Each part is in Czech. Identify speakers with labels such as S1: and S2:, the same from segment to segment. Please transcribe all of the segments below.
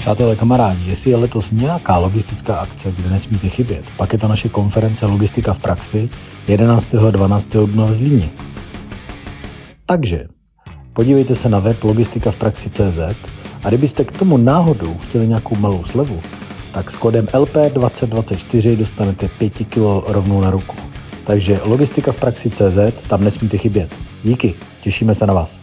S1: Přátelé, kamarádi, jestli je letos nějaká logistická akce, kde nesmíte chybět, pak je to naše konference Logistika v praxi 11. a 12. dubna v Zlíně. Takže podívejte se na web logistikavpraxi.cz a kdybyste k tomu náhodou chtěli nějakou malou slevu, tak s kódem LP2024 dostanete 5 kilo rovnou na ruku. Takže logistikavpraxi.cz, tam nesmíte chybět. Díky, těšíme se na vás.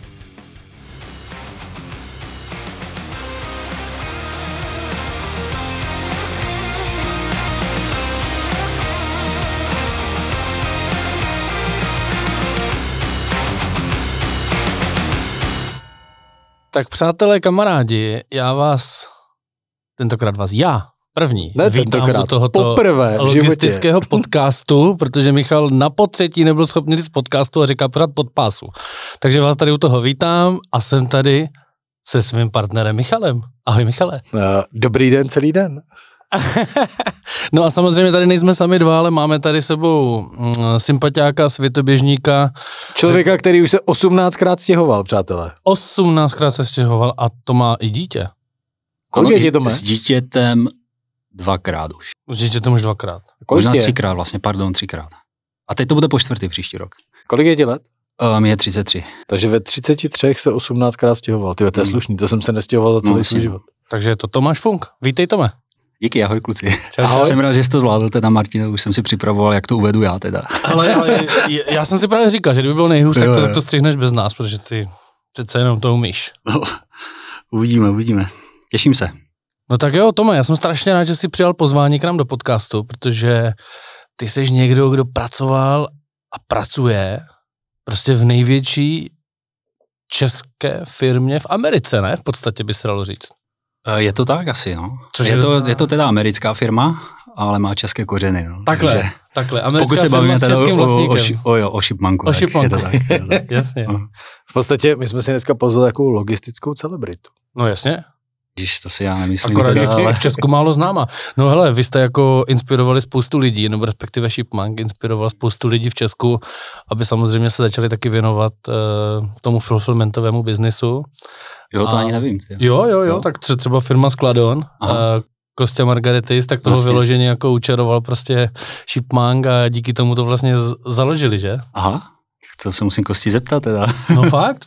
S2: Tak přátelé, kamarádi, tentokrát vás první vítám u tohoto logistického podcastu, protože Michal napotřetí nebyl schopný říct podcastu a říká pořád pod pásu. Takže vás tady u toho vítám a jsem tady se svým partnerem Michalem. Ahoj Michale.
S1: Dobrý den, celý den.
S2: No a samozřejmě tady nejsme sami dva, ale máme tady sebou sympatiáka, světoběžníka.
S1: Člověka, který už se 18krát stěhoval, přátelé.
S2: 18krát se stěhoval a to má i dítě.
S1: Kolik dětí to má?
S3: S dítětem 2krát už.
S2: S dítětem už 2krát.
S3: Možná 3krát vlastně, 3krát. A teď to bude po 4. příští rok.
S1: Kolik je ti let?
S3: Je 33.
S1: Takže ve 33 se 18krát stěhoval. Tyjo, to je slušný, to jsem se nestěhoval za celý svůj život.
S2: Takže je to Tomáš Funk. Vítej, Tome.
S3: Díky, ahoj kluci.
S2: Ahoj.
S3: Jsem rád, že jsi to zvládl teda, Martin, už jsem si připravoval, jak to uvedu já teda.
S2: Ale já jsem si právě říkal, že kdyby bylo nejhůř, tak to střihneš bez nás, protože ty přece jenom to umíš.
S3: No, uvidíme. Těším se.
S2: No tak jo, Tome, já jsem strašně rád, že jsi přijal pozvání k nám do podcastu, protože ty jsi někdo, kdo pracoval a pracuje prostě v největší české firmě v Americe, ne? V podstatě by se dalo říct.
S3: Je to tak asi, no. Je to teda americká firma, ale má české kořeny, no.
S2: Takhle. Americká
S3: pokud se bavíme
S2: firma s českým vlastníkem.
S3: O shipmanku.
S2: O shipmanku.
S3: Je to tak.
S2: Jasně.
S1: V podstatě my jsme si dneska pozvali takovou logistickou celebritu.
S2: No jasně.
S3: Když to si já nemyslím.
S2: Akorát, že v Česku málo známa. No hele, vy jste jako inspirovali spoustu lidí, nebo respektive Shipmank inspiroval spoustu lidí v Česku, aby samozřejmě se začali taky věnovat tomu fulfillmentovému biznisu.
S3: Jo, to ani nevím.
S2: Jo, tak třeba firma Skladon, Kostya Margaritis, tak toho vyloženě jako učaroval prostě Shipmank a díky tomu to vlastně založili, že?
S3: Aha, to se musím Kosti zeptat teda.
S2: No fakt.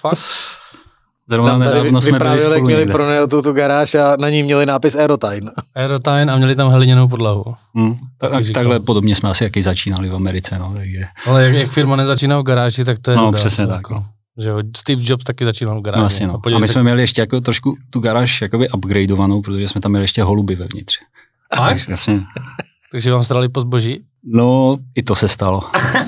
S3: Zrovna nedávno jsme byli spolu.
S1: Jak měli pronajat tu garáž a na ní měli nápis Aerotine.
S2: Aerotine a měli tam hliněnou podlahu.
S3: Takhle podobně jsme asi jaký začínali v Americe, no. Takže.
S2: Ale jak firma nezačíná v garáži, tak to je
S3: no, přesně tak.
S2: Jako, že Steve Jobs taky začínal v garáži.
S3: No, asi, no. A my jsme měli ještě jako trošku tu garáž jakoby upgradeovanou, protože jsme tam měli ještě holuby vevnitř.
S2: Fakt?
S3: Jasně.
S2: Takže vám starali po zboží?
S3: No, i to se stalo.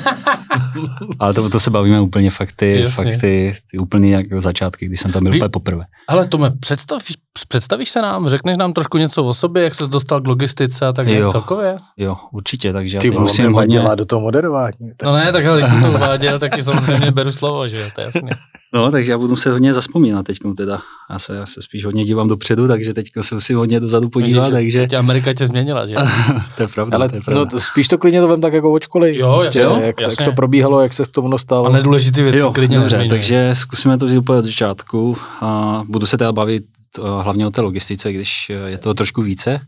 S3: Ale to se bavíme úplně fakt ty úplně jako začátky, když jsem tam byl úplně poprvé.
S2: Ale Tome, představíš se nám, řekneš nám trošku něco o sobě, jak ses dostal k logistice a tak nějak celkově?
S3: Jo, určitě, takže
S1: ty musím hodně dělat do toho moderování.
S2: No ne, tak když jsem to uváděl, taky samozřejmě beru slovo, že jo, to je jasný.
S3: No, takže já budu se hodně zaspomínat teďkom teda. Já se spíš hodně dívám dopředu, takže teďko se musím hodně dozadu podívat, takže...
S2: Teď Amerika tě změnila, že?
S3: To je pravda,
S1: ale no, spíš to klidně to vem tak jako od školy.
S2: Jo,
S1: jak to probíhalo, jak se k tomu dostal.
S2: A nedůležitý věci klidně
S3: dobře, takže zkusíme to vzít úplně od začátku. A budu se teda bavit hlavně o té logistice, když je toho trošku více.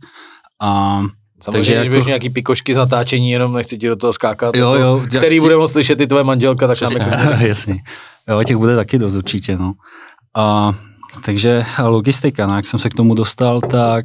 S1: Takže když budeš nějaký pikošky z natáčení, jenom nechci ti do toho skákat, který bude moct slyšet i tvoje manželka, tak nám jako...
S3: Jasně. Jo, těch bude taky dost určitě, no. Takže logistika, no, jak jsem se k tomu dostal, tak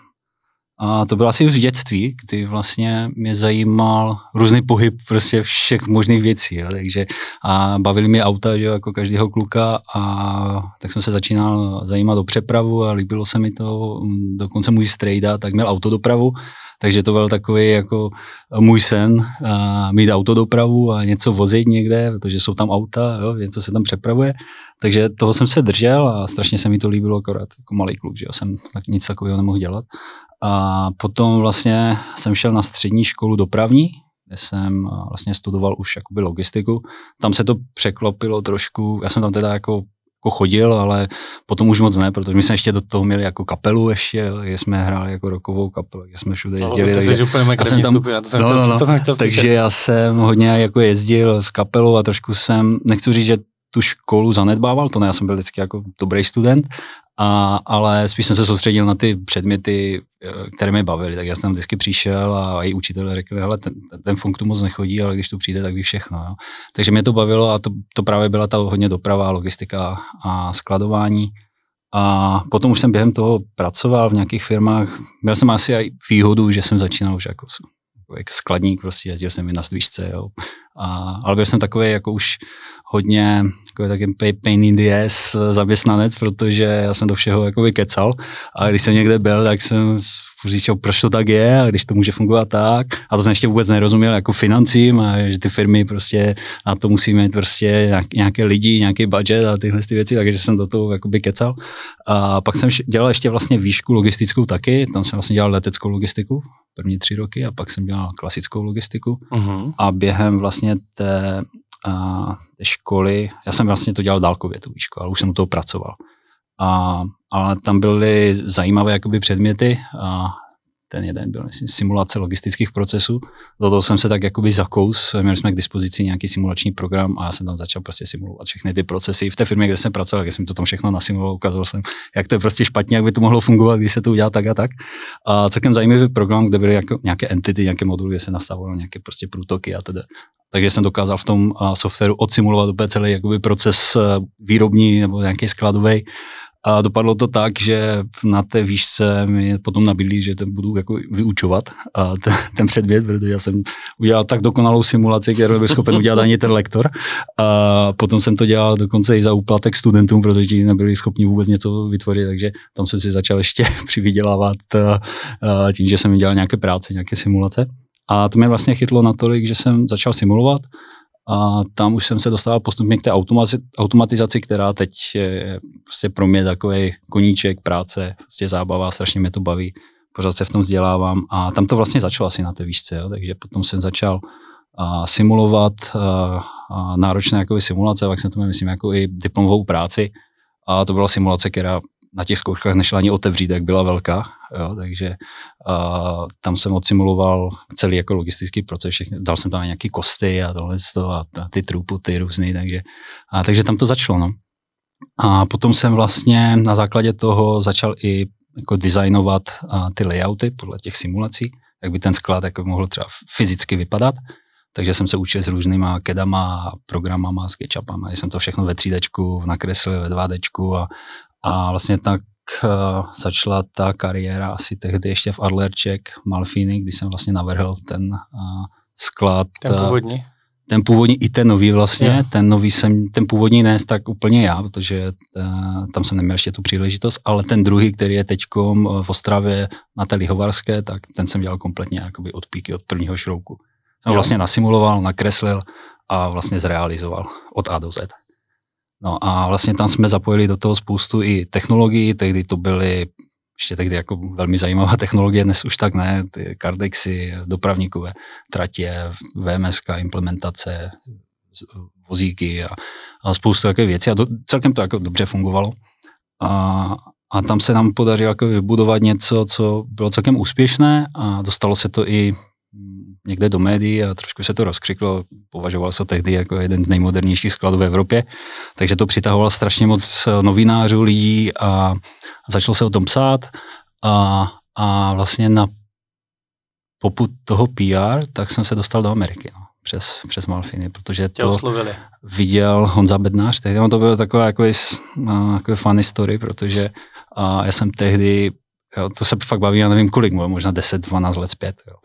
S3: to bylo asi už v dětství, kdy vlastně mě zajímal různý pohyb prostě všech možných věcí, jo, takže bavili mě auta, jo, jako každého kluka a tak jsem se začínal zajímat o přepravu a líbilo se mi to, dokonce můj strejda, tak měl autodopravu, takže to byl takový jako můj sen, mít autodopravu a něco vozit někde, protože jsou tam auta, jo, něco se tam přepravuje, takže toho jsem se držel a strašně se mi to líbilo, akorát jako malý kluk, že jo, jsem tak nic takového nemohl dělat. A potom vlastně jsem šel na střední školu dopravní, kde jsem vlastně studoval už jakoby logistiku. Tam se to překlopilo trošku, já jsem tam teda jako chodil, ale potom už moc ne, protože my jsme ještě do toho měli jako kapelu ještě, že jsme hráli jako rockovou kapelu, že jsme všude jezdili. Takže já jsem hodně jako jezdil s kapelou a trošku jsem, nechci říct, že tu školu zanedbával, to ne, já jsem byl vždycky jako dobrý student, Ale spíš jsem se soustředil na ty předměty, které mě bavily, tak já jsem tam vždycky přišel a i učitelé řekli, hele, ten funk tu moc nechodí, ale když tu přijde, tak ví všechno. Jo. Takže mě to bavilo a to právě byla ta hodně doprava, logistika a skladování. A potom už jsem během toho pracoval v nějakých firmách. Měl jsem asi i výhodu, že jsem začínal už jako skladník, prostě jezdil jsem i na zdvižce, jo. Ale byl jsem takový jako už hodně takový pain in the ass zaměstnanec, protože já jsem do všeho jakoby kecal a když jsem někde byl, tak jsem říkal, proč to tak je a když to může fungovat tak. A to jsem ještě vůbec nerozuměl jako financím a že ty firmy prostě na to musí mít prostě nějaké lidi, nějaký budget a tyhle ty věci, takže jsem do toho jakoby kecal. A pak jsem dělal ještě vlastně výšku logistickou taky, tam jsem vlastně dělal leteckou logistiku první 3 roky a pak jsem dělal klasickou logistiku. A během vlastně té školy, já jsem vlastně to dělal dálkově, tu výšku, ale už jsem u toho pracoval. Ale tam byly zajímavé jakoby předměty a ten jeden byl simulace logistických procesů. Do toho jsem se tak jakoby zakous, měli jsme k dispozici nějaký simulační program a já jsem tam začal prostě simulovat všechny ty procesy. V té firmě, kde jsem pracoval, jak jsem to tam všechno nasimuloval, ukazoval jsem, jak to je prostě špatně, jak by to mohlo fungovat, když se to udělá tak a tak. A celkem zajímavý program, kde byly jako nějaké entity, nějaké moduly, kde se nastavovaly nějaké prostě průtoky a tedy. Takže jsem dokázal v tom softwaru odsimulovat úplně celý jakoby proces výrobní nebo nějaký skladový. A dopadlo to tak, že na té výšce mi potom nabídli, že ten budu jako vyučovat ten předmět, protože já jsem udělal tak dokonalou simulaci, kterou byl schopen udělat ani ten lektor. A potom jsem to dělal dokonce i za úplatek studentům, protože ti nebyli schopni vůbec něco vytvořit, takže tam jsem si začal ještě přivydělávat tím, že jsem dělal nějaké práce, nějaké simulace. A to mě vlastně chytlo natolik, že jsem začal simulovat a tam už jsem se dostal postupně k té automatizaci, která teď je prostě pro mě takový koníček práce, prostě zábava, strašně mě to baví, pořád se v tom vzdělávám a tam to vlastně začalo asi na té výšce, jo, takže potom jsem začal simulovat náročné jakoby simulace, tak jsem to myslím jako i diplomovou práci a to byla simulace, která na těch zkouškách nešla ani otevřít, jak byla velká, jo, takže tam jsem odsimuloval celý jako logistický proces, dal jsem tam nějaký kosty a tohle a ty throughputy různý, takže tam to začalo, no. A potom jsem vlastně na základě toho začal i jako designovat ty layouty podle těch simulací, jak by ten sklad jako mohl třeba fyzicky vypadat. Takže jsem se učil s různýma CADama, programama, SketchUpama, jsem to všechno ve 3Dčku nakreslil, ve 2Dčku a vlastně tak začala ta kariéra asi tehdy ještě v Adlerček Malfiny, kdy jsem vlastně navrhl ten sklad. Ten původní i ten nový vlastně, yeah. Ten původní ne tak úplně já, protože tam jsem neměl ještě tu příležitost, ale ten druhý, který je teďkom v Ostravě na té Lihovarské, tak ten jsem dělal kompletně jakoby od píky, od prvního šroubu. Jsem vlastně nasimuloval, nakreslil a vlastně zrealizoval od A do Z. No a vlastně tam jsme zapojili do toho spoustu i technologií, tehdy to byly ještě tehdy jako velmi zajímavá technologie, dnes už tak ne, ty Cardexy, dopravníkové tratě, VMS, implementace, vozíky a spoustu takových věcí a celkem to jako dobře fungovalo. A tam se nám podařilo jako vybudovat něco, co bylo celkem úspěšné a dostalo se to i někde do médií a trošku se to rozkřiklo, považoval se to tehdy jako jeden z nejmodernějších skladů v Evropě, takže to přitahovalo strašně moc novinářů, lidí a začalo se o tom psát a vlastně na popud toho PR, tak jsem se dostal do Ameriky, no, přes Malfiny, protože to viděl Honza Bednář, tehdy to bylo taková jako funny story, protože já jsem tehdy, jo, to se fakt baví, já nevím kolik, možná 10-12 let zpět. Jo.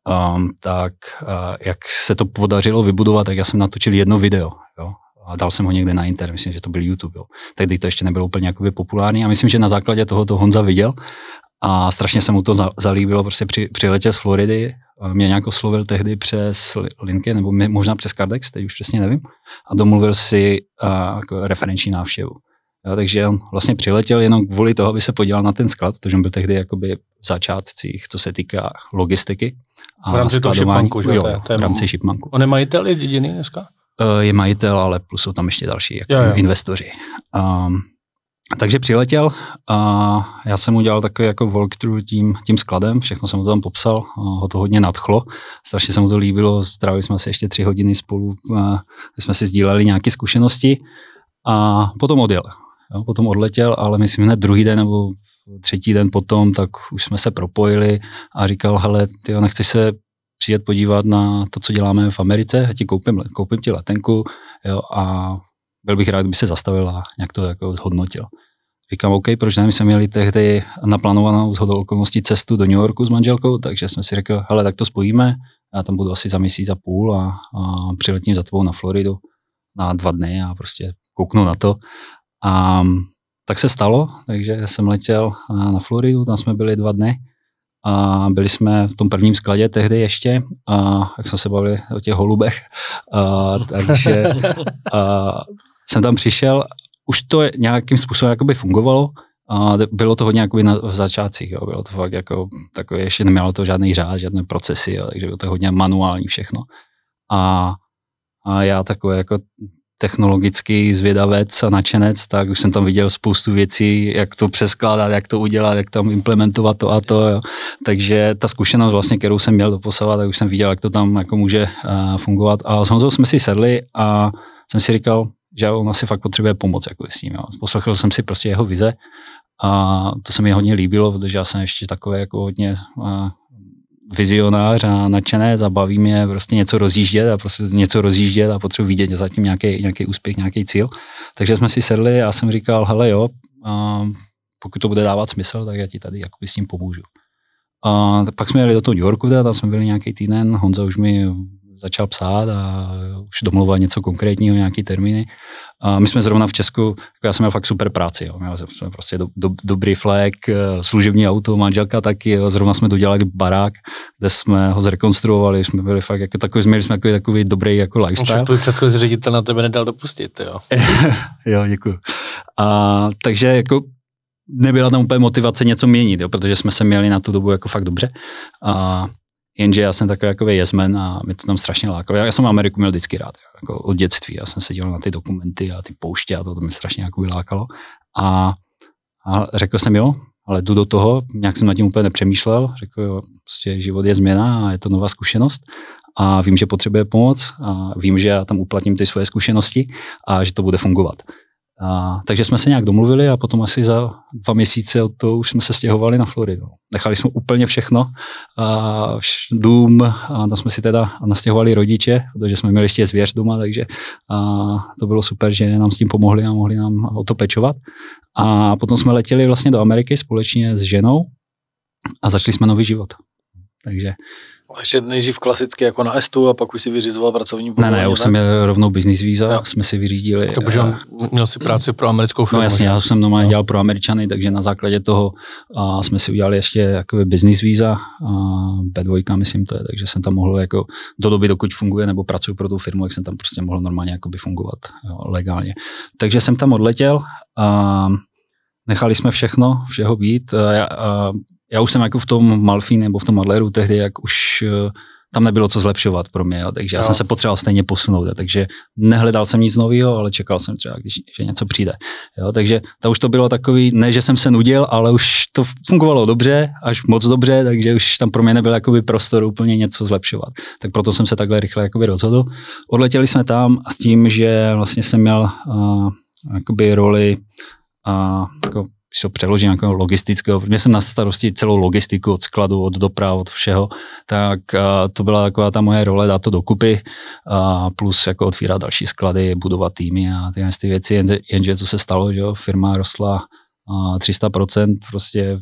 S3: Jak se to podařilo vybudovat, tak já jsem natočil jedno video. Jo. A dal jsem ho někde na internet, myslím, že to byl YouTube. Jo. Tehdy to ještě nebylo úplně jakoby populární a myslím, že na základě toho to Honza viděl a strašně se mu to zalíbilo, prostě přiletěl z Floridy, mě nějak oslovil tehdy přes LinkedIn, nebo možná přes Cardex, teď už přesně nevím, a domluvil si jako referenční návštěvu. Jo, takže on vlastně přiletěl jenom kvůli toho, aby se podíval na ten sklad, protože on byl tehdy jakoby v začátcích, co se týká logistiky. A
S2: v rámci toho Shipmanku, že?
S3: Jo, v rámci Shipmanku.
S2: On je majitel, je jediný dneska?
S3: Je majitel, ale plus jsou tam ještě další jako investoři. Takže přiletěl a já jsem udělal takový jako walkthrough tím skladem, všechno jsem mu tam popsal, ho to hodně nadchlo, strašně se mu to líbilo, strávili jsme se ještě 3 hodiny spolu, jsme si sdíleli nějaké zkušenosti a potom odjel. jo, potom odletěl, ale myslím hned druhý den nebo třetí den potom, tak už jsme se propojili a říkal, hele, ty nechceš se přijet podívat na to, co děláme v Americe, já ti koupím ti letenku, jo, a byl bych rád, kdyby se zastavil a nějak to jako zhodnotil. Říkám, OK, proč ne, my jsme měli tehdy naplánovanou shodou okolností cestu do New Yorku s manželkou, takže jsme si řekli, hele, tak to spojíme, já tam budu asi za měsíc a půl a přiletím za tebou na Floridu na 2 dny a prostě kouknu na to. A tak se stalo, takže jsem letěl na Floridu, tam jsme byli 2 dny a byli jsme v tom prvním skladě tehdy ještě, a jak jsme se bavili o těch holubech, takže jsem tam přišel, už to nějakým způsobem jakoby fungovalo, a bylo to hodně jakoby v začátcích, jo. Bylo to fakt jako takové, ještě nemělo to žádný řád, žádné procesy, jo. Takže bylo to hodně manuální všechno. A já takový jako technologický zvědavec a nadšenec, tak už jsem tam viděl spoustu věcí, jak to přeskládat, jak to udělat, jak tam implementovat to a to. Jo. Takže ta zkušenost vlastně, kterou jsem měl doposovat, tak už jsem viděl, jak to tam jako může fungovat. A s Honzou jsme si sedli a jsem si říkal, že on asi fakt potřebuje pomoc jako s ním. Jo. Poslechl jsem si prostě jeho vize a to se mi hodně líbilo, protože já jsem ještě takový jako hodně vizionář a nadšenec a baví mě prostě něco rozjíždět a potřebuji vidět zatím nějaký úspěch, nějaký cíl. Takže jsme si sedli a já jsem říkal, hele jo, pokud to bude dávat smysl, tak já ti tady jakoby s tím pomůžu. A pak jsme jeli do toho New Yorku, tam jsme byli nějaký týden, Honza už mi začal psát a už domluval něco konkrétního, nějaký termíny. A my jsme zrovna v Česku, jako já jsem měl fakt super práci, jo. Měl jsme prostě dobrý flek, služební auto, manželka taky, jo. Zrovna jsme dodělali barák, kde jsme ho zrekonstruovali, jsme byli fakt jako takový, měli jsme takový dobrý jako lifestyle.
S2: Tvůj předchozí ředitel na tebe nedal dopustit, jo.
S3: Jo, děkuju. Takže jako nebyla tam úplně motivace něco měnit, jo, protože jsme se měli na tu dobu jako fakt dobře. Jenže já jsem takový jezmen a mě to tam strašně lákalo. Já jsem Ameriku měl vždycky rád, jako od dětství. Já jsem se díval na ty dokumenty a ty pouště a to mě strašně jako lákalo. A řekl jsem jo, ale jdu do toho, nějak jsem nad tím úplně nepřemýšlel. Řekl jo, prostě život je změna a je to nová zkušenost. A vím, že potřebuje pomoc a vím, že já tam uplatním ty svoje zkušenosti a že to bude fungovat. Takže jsme se nějak domluvili a potom asi za 2 měsíce od toho už jsme se stěhovali na Floridu. Nechali jsme úplně všechno, dům, a tam jsme si teda nastěhovali rodiče, protože jsme měli ještě zvěř doma, takže to bylo super, že nám s tím pomohli a mohli nám o to pečovat. A potom jsme letěli vlastně do Ameriky společně s ženou a začali jsme nový život. Takže
S2: ještě nejdřív klasicky jako na Estu a pak už si vyřizoval pracovní povolení.
S3: Ne, já už jsem měl rovnou business víza, jsme si vyřídili.
S2: Takže měl si práci pro americkou firmu.
S3: No jasně, já jsem normálně dělal pro Američany, takže na základě toho jsme si udělali ještě jakoby business víza, B2, myslím to je, takže jsem tam mohl jako do doby, dokud funguje nebo pracuji pro tu firmu, jak jsem tam prostě mohl normálně jakoby fungovat, jo, legálně. Takže jsem tam odletěl a nechali jsme všeho být. Já už jsem jako v tom Malfi nebo v tom Adleru tehdy, jak už tam nebylo co zlepšovat pro mě, jo, takže já jsem se potřeboval stejně posunout, jo, takže nehledal jsem nic nového, ale čekal jsem třeba, že něco přijde. Jo, takže to už to bylo takový, ne, že jsem se nudil, ale už to fungovalo dobře, až moc dobře, takže už tam pro mě nebyl jakoby prostor úplně něco zlepšovat. Tak proto jsem se takhle rychle jakoby rozhodl. Odletěli jsme tam s tím, že vlastně jsem měl jakoby roli jako když to přeložím nějakého logistického, protože jsem na starosti celou logistiku od skladu, od doprav, od všeho, tak to byla taková ta moje role, dát to dokupy, plus jako otvírat další sklady, budovat týmy a ty věci, jenže co se stalo, že jo, firma rostla 300% prostě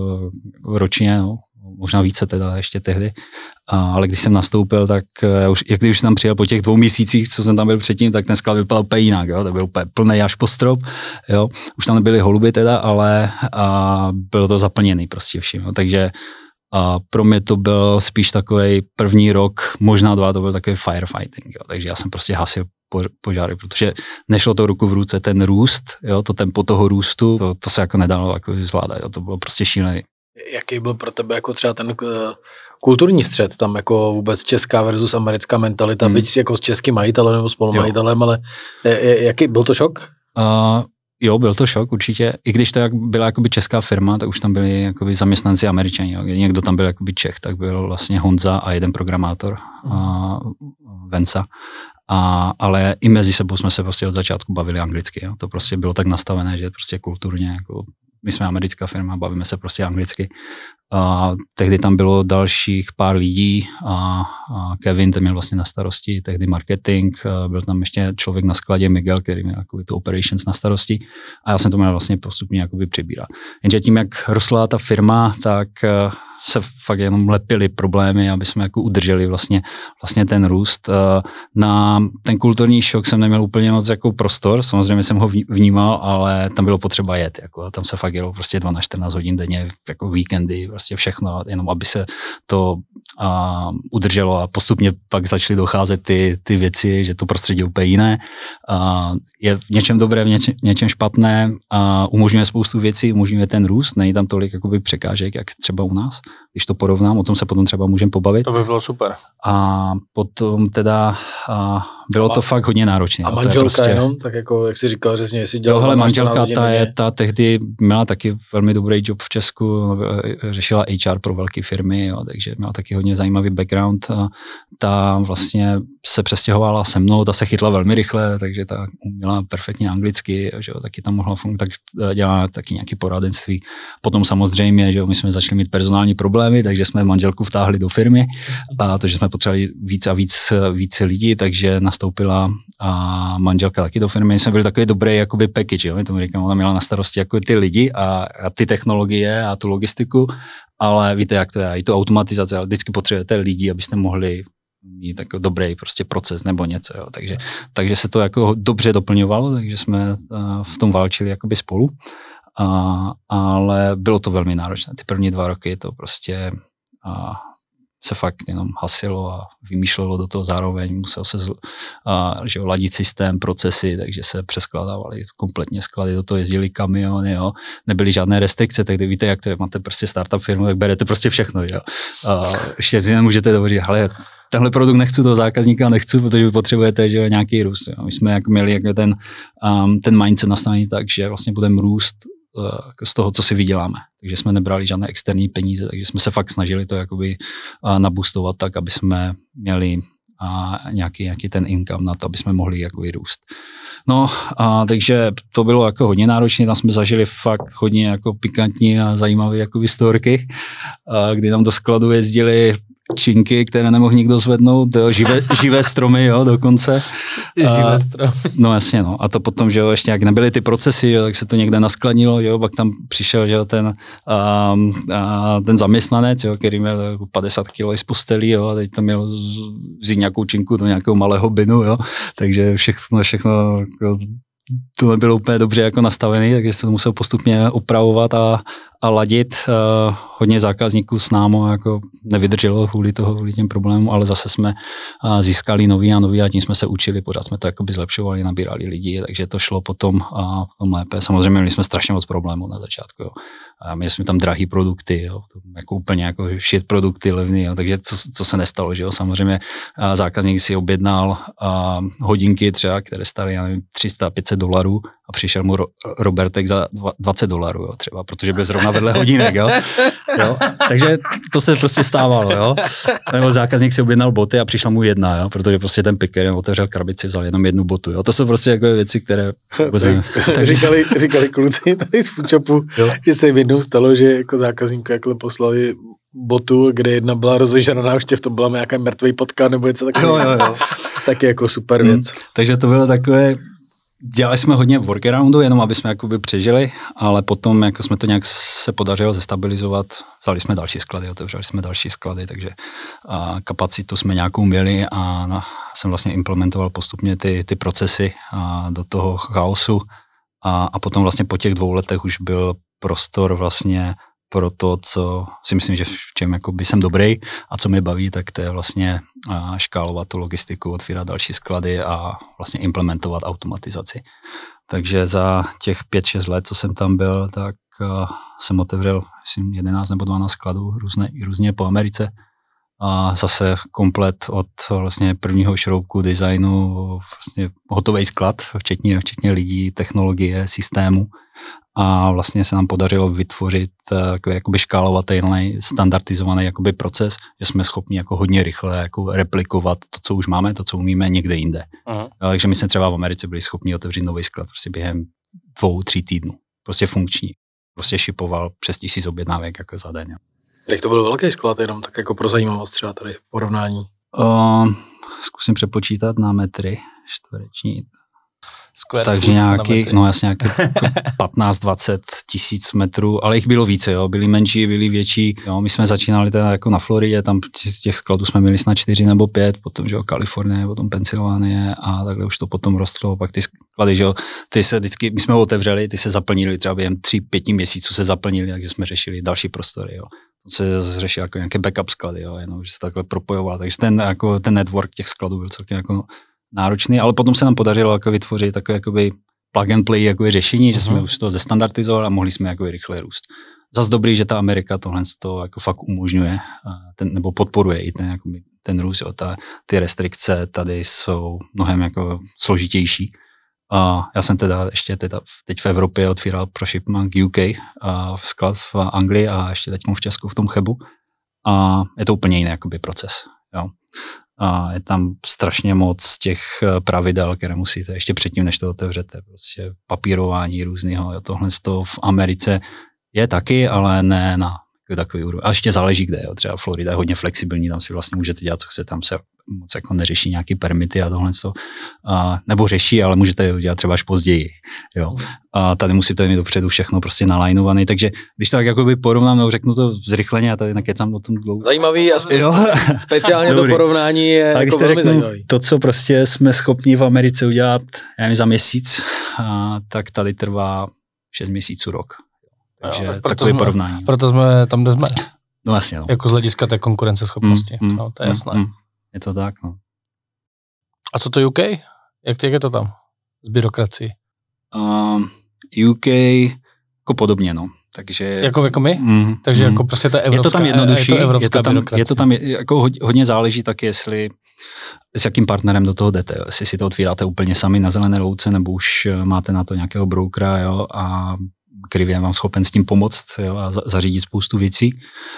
S3: ročně, no, možná více teda ještě tehdy, ale když jsem nastoupil, tak když už jsem tam přijel po těch 2 měsících, co jsem tam byl předtím, tak ten sklad vypadal úplně jinak, jo? To byl úplně plný až po strop, jo? Už tam nebyly holuby teda, ale bylo to zaplněný prostě vším, jo? Takže pro mě to byl spíš takový první rok, možná 2, to byl takový firefighting, jo? Takže já jsem prostě hasil požáry, protože nešlo to ruku v ruce, ten růst, jo? To tempo toho růstu, to se jako nedalo jako zvládat, jo? To bylo prostě šílený.
S2: Jaký byl pro tebe jako třeba ten kulturní střed, tam jako vůbec česká versus americká mentalita, byť jako s českým majitelem nebo spolumajitelem, ale jaký byl to šok?
S3: Jo, byl to šok určitě, i když to byla jakoby česká firma, tak už tam byli jakoby zaměstnanci Američani, jo. Někdo tam byl jakoby Čech, tak byl vlastně Honza a jeden programátor, Venca. Ale i mezi sebou jsme se prostě od začátku bavili anglicky. Jo. To prostě bylo tak nastavené, že prostě kulturně, jako my jsme americká firma, bavíme se prostě anglicky. A tehdy tam bylo dalších pár lidí a Kevin, ten měl vlastně na starosti tehdy marketing, byl tam ještě člověk na skladě Miguel, který měl jakoby tu operations na starosti a já jsem to měl vlastně postupně jakoby přibírat. Jenže tím, jak rostla ta firma, tak se fakt jenom lepily problémy, aby jsme jako udrželi vlastně ten růst. Na ten kulturní šok jsem neměl úplně moc jako prostor, samozřejmě jsem ho vnímal, ale tam bylo potřeba jet. Jako, tam se fakt jelo prostě 12-14 hodin denně, jako víkendy, prostě všechno, jenom aby se to udrželo a postupně pak začaly docházet ty věci, že to prostředí je úplně jiné. Je v něčem dobré, v něčem špatné a umožňuje spoustu věcí, umožňuje ten růst, není tam tolik jakoby překážek, jak třeba u nás. Když to porovnám, o tom se potom třeba můžeme pobavit.
S2: To by bylo super.
S3: A potom teda bylo to fakt hodně náročné.
S1: A manželka prostě, jenom, tak jako, jak jsi říkal, že jsi dělal...
S3: Jo, hele, manželka, ta tehdy měla taky velmi dobrý job v Česku, řešila HR pro velké firmy, jo, takže měla taky hodně zajímavý background. Ta vlastně se přestěhovala se mnou, ta se chytla velmi rychle, takže ta uměla perfektně anglicky, že jo, taky tam mohla tak dělala taky nějaké poradenství. Potom samozřejmě, že jo, my jsme začali mít personální problémy, takže jsme manželku vtáhli do firmy, protože jsme potřebovali víc a víc lidí, takže nastoupila manželka taky do firmy. Jsme byli takový dobrý jakoby package, jo, my tomu říkám, ona měla na starosti jako ty lidi a ty technologie a tu logistiku, ale víte, jak to je, i tu automatizaci, ale vždycky potřebujete lidi, abyste mohli mít jako dobrý prostě proces nebo něco, jo. Takže se to jako dobře doplňovalo, takže jsme v tom válčili jakoby spolu. Ale bylo to velmi náročné. Ty první 2 roky to prostě se fakt jenom hasilo a vymýšlelo do toho zároveň, musel se ladit systém, procesy, takže se přeskládávaly kompletně sklady, do toho jezdili kamiony, jo. Nebyly žádné restrikce, tak víte, jak to je, máte prostě startup firmu, tak berete prostě všechno, jo. Ještě si nemůžete dovolit, ale tenhle produkt nechci, toho zákazníka nechci, protože vy potřebujete, že nějaký růst. Jo. My jsme jako měli jako ten mindset nastavený tak, že vlastně budeme růst z toho, co si vyděláme. Takže jsme nebrali žádné externí peníze, takže jsme se fakt snažili to jakoby naboostovat tak, aby jsme měli nějaký ten income na to, aby jsme mohli jakoby růst. No, takže to bylo jako hodně náročné, tam jsme zažili fakt hodně jako pikantní a zajímavé jakoby storky, kdy nám do skladu jezdili činky, které nemohl nikdo zvednout, živé stromy, jo, dokonce.
S2: Živé stromy.
S3: No jasně, no. A to potom, že jo, ještě jak nebyly ty procesy, jo, tak se to někde naskladnilo, jo, pak tam přišel, že jo, ten zaměstnanec, jo, který měl 50 kg z postelí, jo, a teď tam měl vzít nějakou činku do nějakého malého binu, jo, takže všechno jako, to nebylo úplně dobře jako nastavený, takže se to musel postupně opravovat a ladit. Hodně zákazníků s námi jako nevydrželo kvůli těm problémům, ale zase jsme získali nový a tím jsme se učili, pořád jsme to jakoby zlepšovali, nabírali lidi, takže to šlo potom lépe. Samozřejmě měli jsme strašně moc problémů na začátku. Jo. Měli jsme tam drahý produkty, jo, jako úplně jako shit produkty levný, jo, takže co se nestalo, že jo. Samozřejmě zákazník si objednal hodinky třeba, které stály $300-500 a přišel mu Robertek za $20, jo, třeba, protože byl zrovna vedle hodinek, jo. Takže to se prostě stávalo, jo. Nebo zákazník si objednal boty a přišla mu jedna, jo, protože prostě ten picker otevřel krabici, vzal jenom jednu botu, jo. To jsou prostě jako věci, které...
S1: Říkali kluci tady z Foodshopu, že se jim jednou stalo, že jako zákazníku jakhle poslali botu, kde jedna byla rozežraná, ještě v tom byla nějaká mrtvý potka nebo něco takového. Jo. Taky jako super věc.
S3: Takže to bylo takové... Dělali jsme hodně workaroundu, jenom aby jsme jakoby přežili, ale potom jako jsme to nějak se podařilo zestabilizovat, vzali jsme další sklady, otevřeli jsme další sklady, takže kapacitu jsme nějakou měli a jsem vlastně implementoval postupně ty procesy do toho chaosu a potom vlastně po těch 2 letech už byl prostor vlastně pro to, co si myslím, že v čem jakoby jsem dobrý a co mě baví, tak to je vlastně škálovat tu logistiku, otvírat další sklady a vlastně implementovat automatizaci. Takže za těch 5-6 let, co jsem tam byl, tak jsem otevřel myslím 11 nebo 12 skladů různě po Americe. A zase komplet od vlastně prvního šroubku, designu, vlastně hotový sklad, včetně lidí, technologie, systému. a vlastně se nám podařilo vytvořit takový jakoby škálovatelný, standardizovaný jakoby proces, že jsme schopni jako hodně rychle jako replikovat to, co už máme, to, co umíme někde jinde. Takže my jsme třeba v Americe byli schopni otevřít nový sklad prostě během 2-3 týdnů. Prostě funkční. Prostě šipoval přes 1000 objednávek jako za den.
S2: Jak to byl velký sklad, jenom tak jako pro zajímavost třeba tady v porovnání?
S3: Zkusím přepočítat na metry čtvereční.
S2: Takže
S3: nějaký 15-20 tisíc metrů, ale jich bylo více, jo. Byli menší, byli větší. Jo. My jsme začínali teda jako na Floridě, tam těch skladů jsme měli snad 4 nebo 5, potom že jo, Kalifornie, potom Pensylvánie a takhle už to potom rostlo. Pak ty sklady, že jo, ty se vždycky, my jsme ho otevřeli, ty se zaplnili třeba během 3-5 měsíců se zaplnili, takže jsme řešili další prostory, jo. To se řešilo jako nějaké backup sklady, jo, jenom, že se takhle propojoval. Takže ten network těch skladů byl celkem jako náročný, ale potom se nám podařilo jako vytvořit takové jakoby plug and play jako řešení, že jsme už to zestandardizovali a mohli jsme jako rychle růst. Zas dobrý, že ta Amerika tohle to jako fakt umožňuje nebo podporuje i ten růst. Jo. Ty restrikce tady jsou mnohem jako složitější. Já jsem ještě teď v Evropě otvíral pro Shipmark UK sklad v Anglii a ještě teď v Česku v tom Chebu. A je to úplně jiný jakoby proces. Jo. A je tam strašně moc těch pravidel, které musíte ještě předtím, než to otevřete. Prostě papírování různého. Tohle v Americe je taky, ale ne na takový úroveň. A ještě záleží kde. Jo. Třeba Florida je hodně flexibilní, tam si vlastně můžete dělat, co chcete, tam se moc jako neřeší nějaký permity a tohle. Nebo řeší, ale můžete je dělat třeba až později. Jo. A tady musíte mít dopředu všechno prostě nalajnované. Takže když to tak jakoby porovnám, nebo řeknu to zrychleně, a tady nakecám o tom dlouho.
S2: Zajímavý a speciálně to porovnání je jako velmi zajímavý.
S3: To, co prostě jsme schopni v Americe udělat za měsíc, tak tady trvá 6 měsíců, rok. Takže takové porovnání.
S2: Proto jsme tam, kde jsme.
S3: No jasně. No.
S2: Jako z hlediska té konkurenceschopnosti. No, to je jasné.
S3: Je to tak, no.
S2: A co to UK? Jak je to tam s byrokracií?
S3: UK jako podobně, no. Takže,
S2: jako my? Takže jako prostě ta evropská,
S3: je to tam jednodušší,
S2: je to tam
S3: jako hodně záleží taky, jestli s jakým partnerem do toho jdete, jo. Jestli si to otvíráte úplně sami na zelené louce, nebo už máte na to nějakého brokera, jo, a který je vám schopen s tím pomoct, jo, a zařídit spoustu věcí.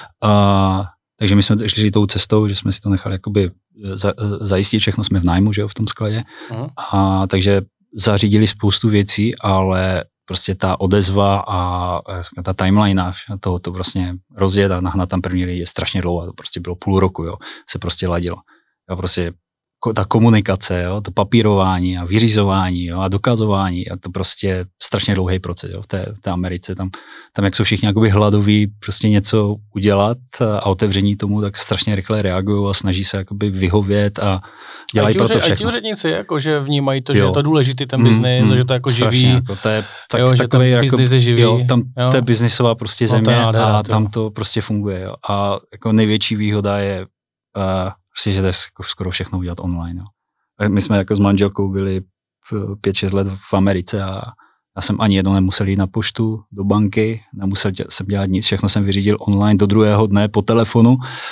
S3: Takže my jsme šli tou cestou, že jsme si to nechali jakoby zajistit, všechno jsme v nájmu, že jo, v tom skladě. A takže zařídili spoustu věcí, ale prostě ta odezva a ta timeline to vlastně rozjet a nahnat tam první lidi je strašně dlouho. To prostě bylo půl roku, jo, se prostě ladilo. A prostě ta komunikace, jo, to papírování a vyřizování, jo, a dokazování a to prostě strašně dlouhý proces, jo, v té Americe, tam jak jsou všichni jakoby hladoví prostě něco udělat a otevření tomu, tak strašně rychle reagují a snaží se jakoby vyhovět a dělají pro to všechno. A ti úředníci,
S2: jako, že vnímají to, že je to důležitý ten biznis, že to jako živí.
S3: Jako, to je takový jako, jo, tam to je biznisová prostě země a tam to prostě funguje, jo. A jako největší výhoda je že to je skoro všechno udělat online. Jo. My jsme jako s manželkou byli 5-6 let v Americe a já jsem ani jednou nemusel jít na poštu, do banky, nemusel jsem dělat nic, všechno jsem vyřídil online do druhého dne po telefonu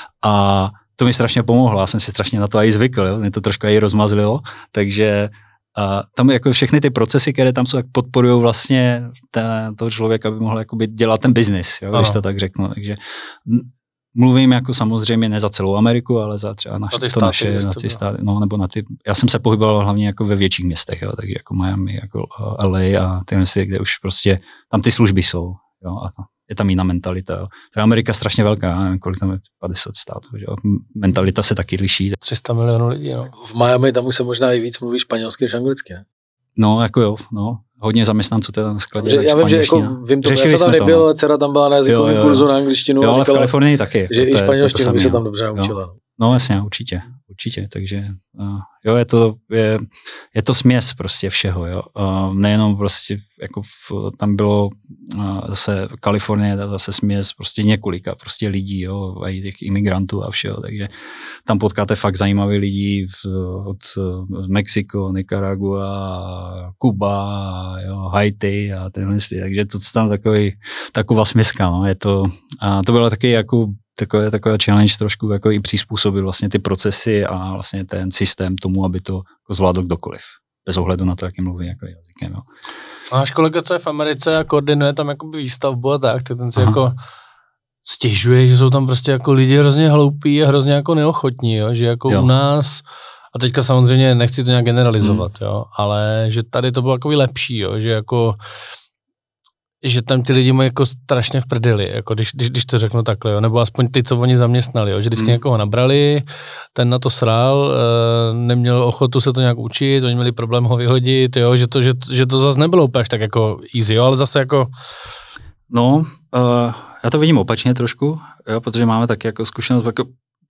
S3: a to mi strašně pomohlo, já jsem si strašně na to i zvykl, jo. Mě to trošku i rozmazlilo, takže tam jako všechny ty procesy, které tam jsou, podporují vlastně toho člověka, aby mohl jakoby dělat ten biznis, jo, když to tak řeknu. Takže mluvím jako samozřejmě ne za celou Ameriku, ale za třeba naše státy, no, nebo na ty, já jsem se pohyboval hlavně jako ve větších městech, jo, takže jako Miami, jako LA a tyhle, kde už prostě, tam ty služby jsou, jo, a je tam jiná mentalita, jo. To je Amerika strašně velká, já nevím, kolik tam je 50 států, jo, mentalita se taky liší.
S2: 300 milionů lidí, jo. V Miami tam už se možná i víc mluví španělsky než anglicky, ne?
S3: No, jako jo, no. Hodně zaměstnanců teda na skladě.
S2: Já vím, že jako vím to, já jsem tam nebyl, ale dcera tam byla na jazykovém kurzu na angličtinu.
S3: Jo, ale v Kalifornii taky.
S2: Že i španělštinu by se tam dobře naučila.
S3: No jasně, určitě, takže jo, je to směs prostě všeho, jo. Nejenom prostě, jako tam bylo zase Kalifornie, zase směs prostě několika prostě lidí, jo, a i těch imigrantů a všeho, takže tam potkáte fakt zajímavé lidi od Mexiko, Nicaragua, Kuba, jo, Haiti a tyhle, takže to tam taková směska, no, to bylo taky jako taková challenge trošku jako i přizpůsobit vlastně ty procesy a vlastně ten systém tomu, aby to jako zvládl kdokoliv. bez ohledu na to, jak mluví jako jazykem. Jo.
S2: A náš kolega, co je v Americe a koordinuje tam jakoby výstavbu a tak ten si jako stěžuje, že jsou tam prostě jako lidi hrozně hloupí a hrozně jako neochotní, jo? Že jako u nás, a teďka samozřejmě nechci to nějak generalizovat, jo? Ale že tady to bylo jako lepší, jo? Že jako že tam ty lidi mají jako strašně v prdeli, jako když to řeknu takhle, jo? Nebo aspoň ty, co oni zaměstnali, jo? Že vždycky někoho nabrali, ten na to srál, neměl ochotu se to nějak učit, oni měli problém ho vyhodit, jo? Že to zase nebylo úplně tak jako easy, jo? Ale zase jako...
S3: No, já to vidím opačně trošku, jo? Protože máme taky jako zkušenost, jako,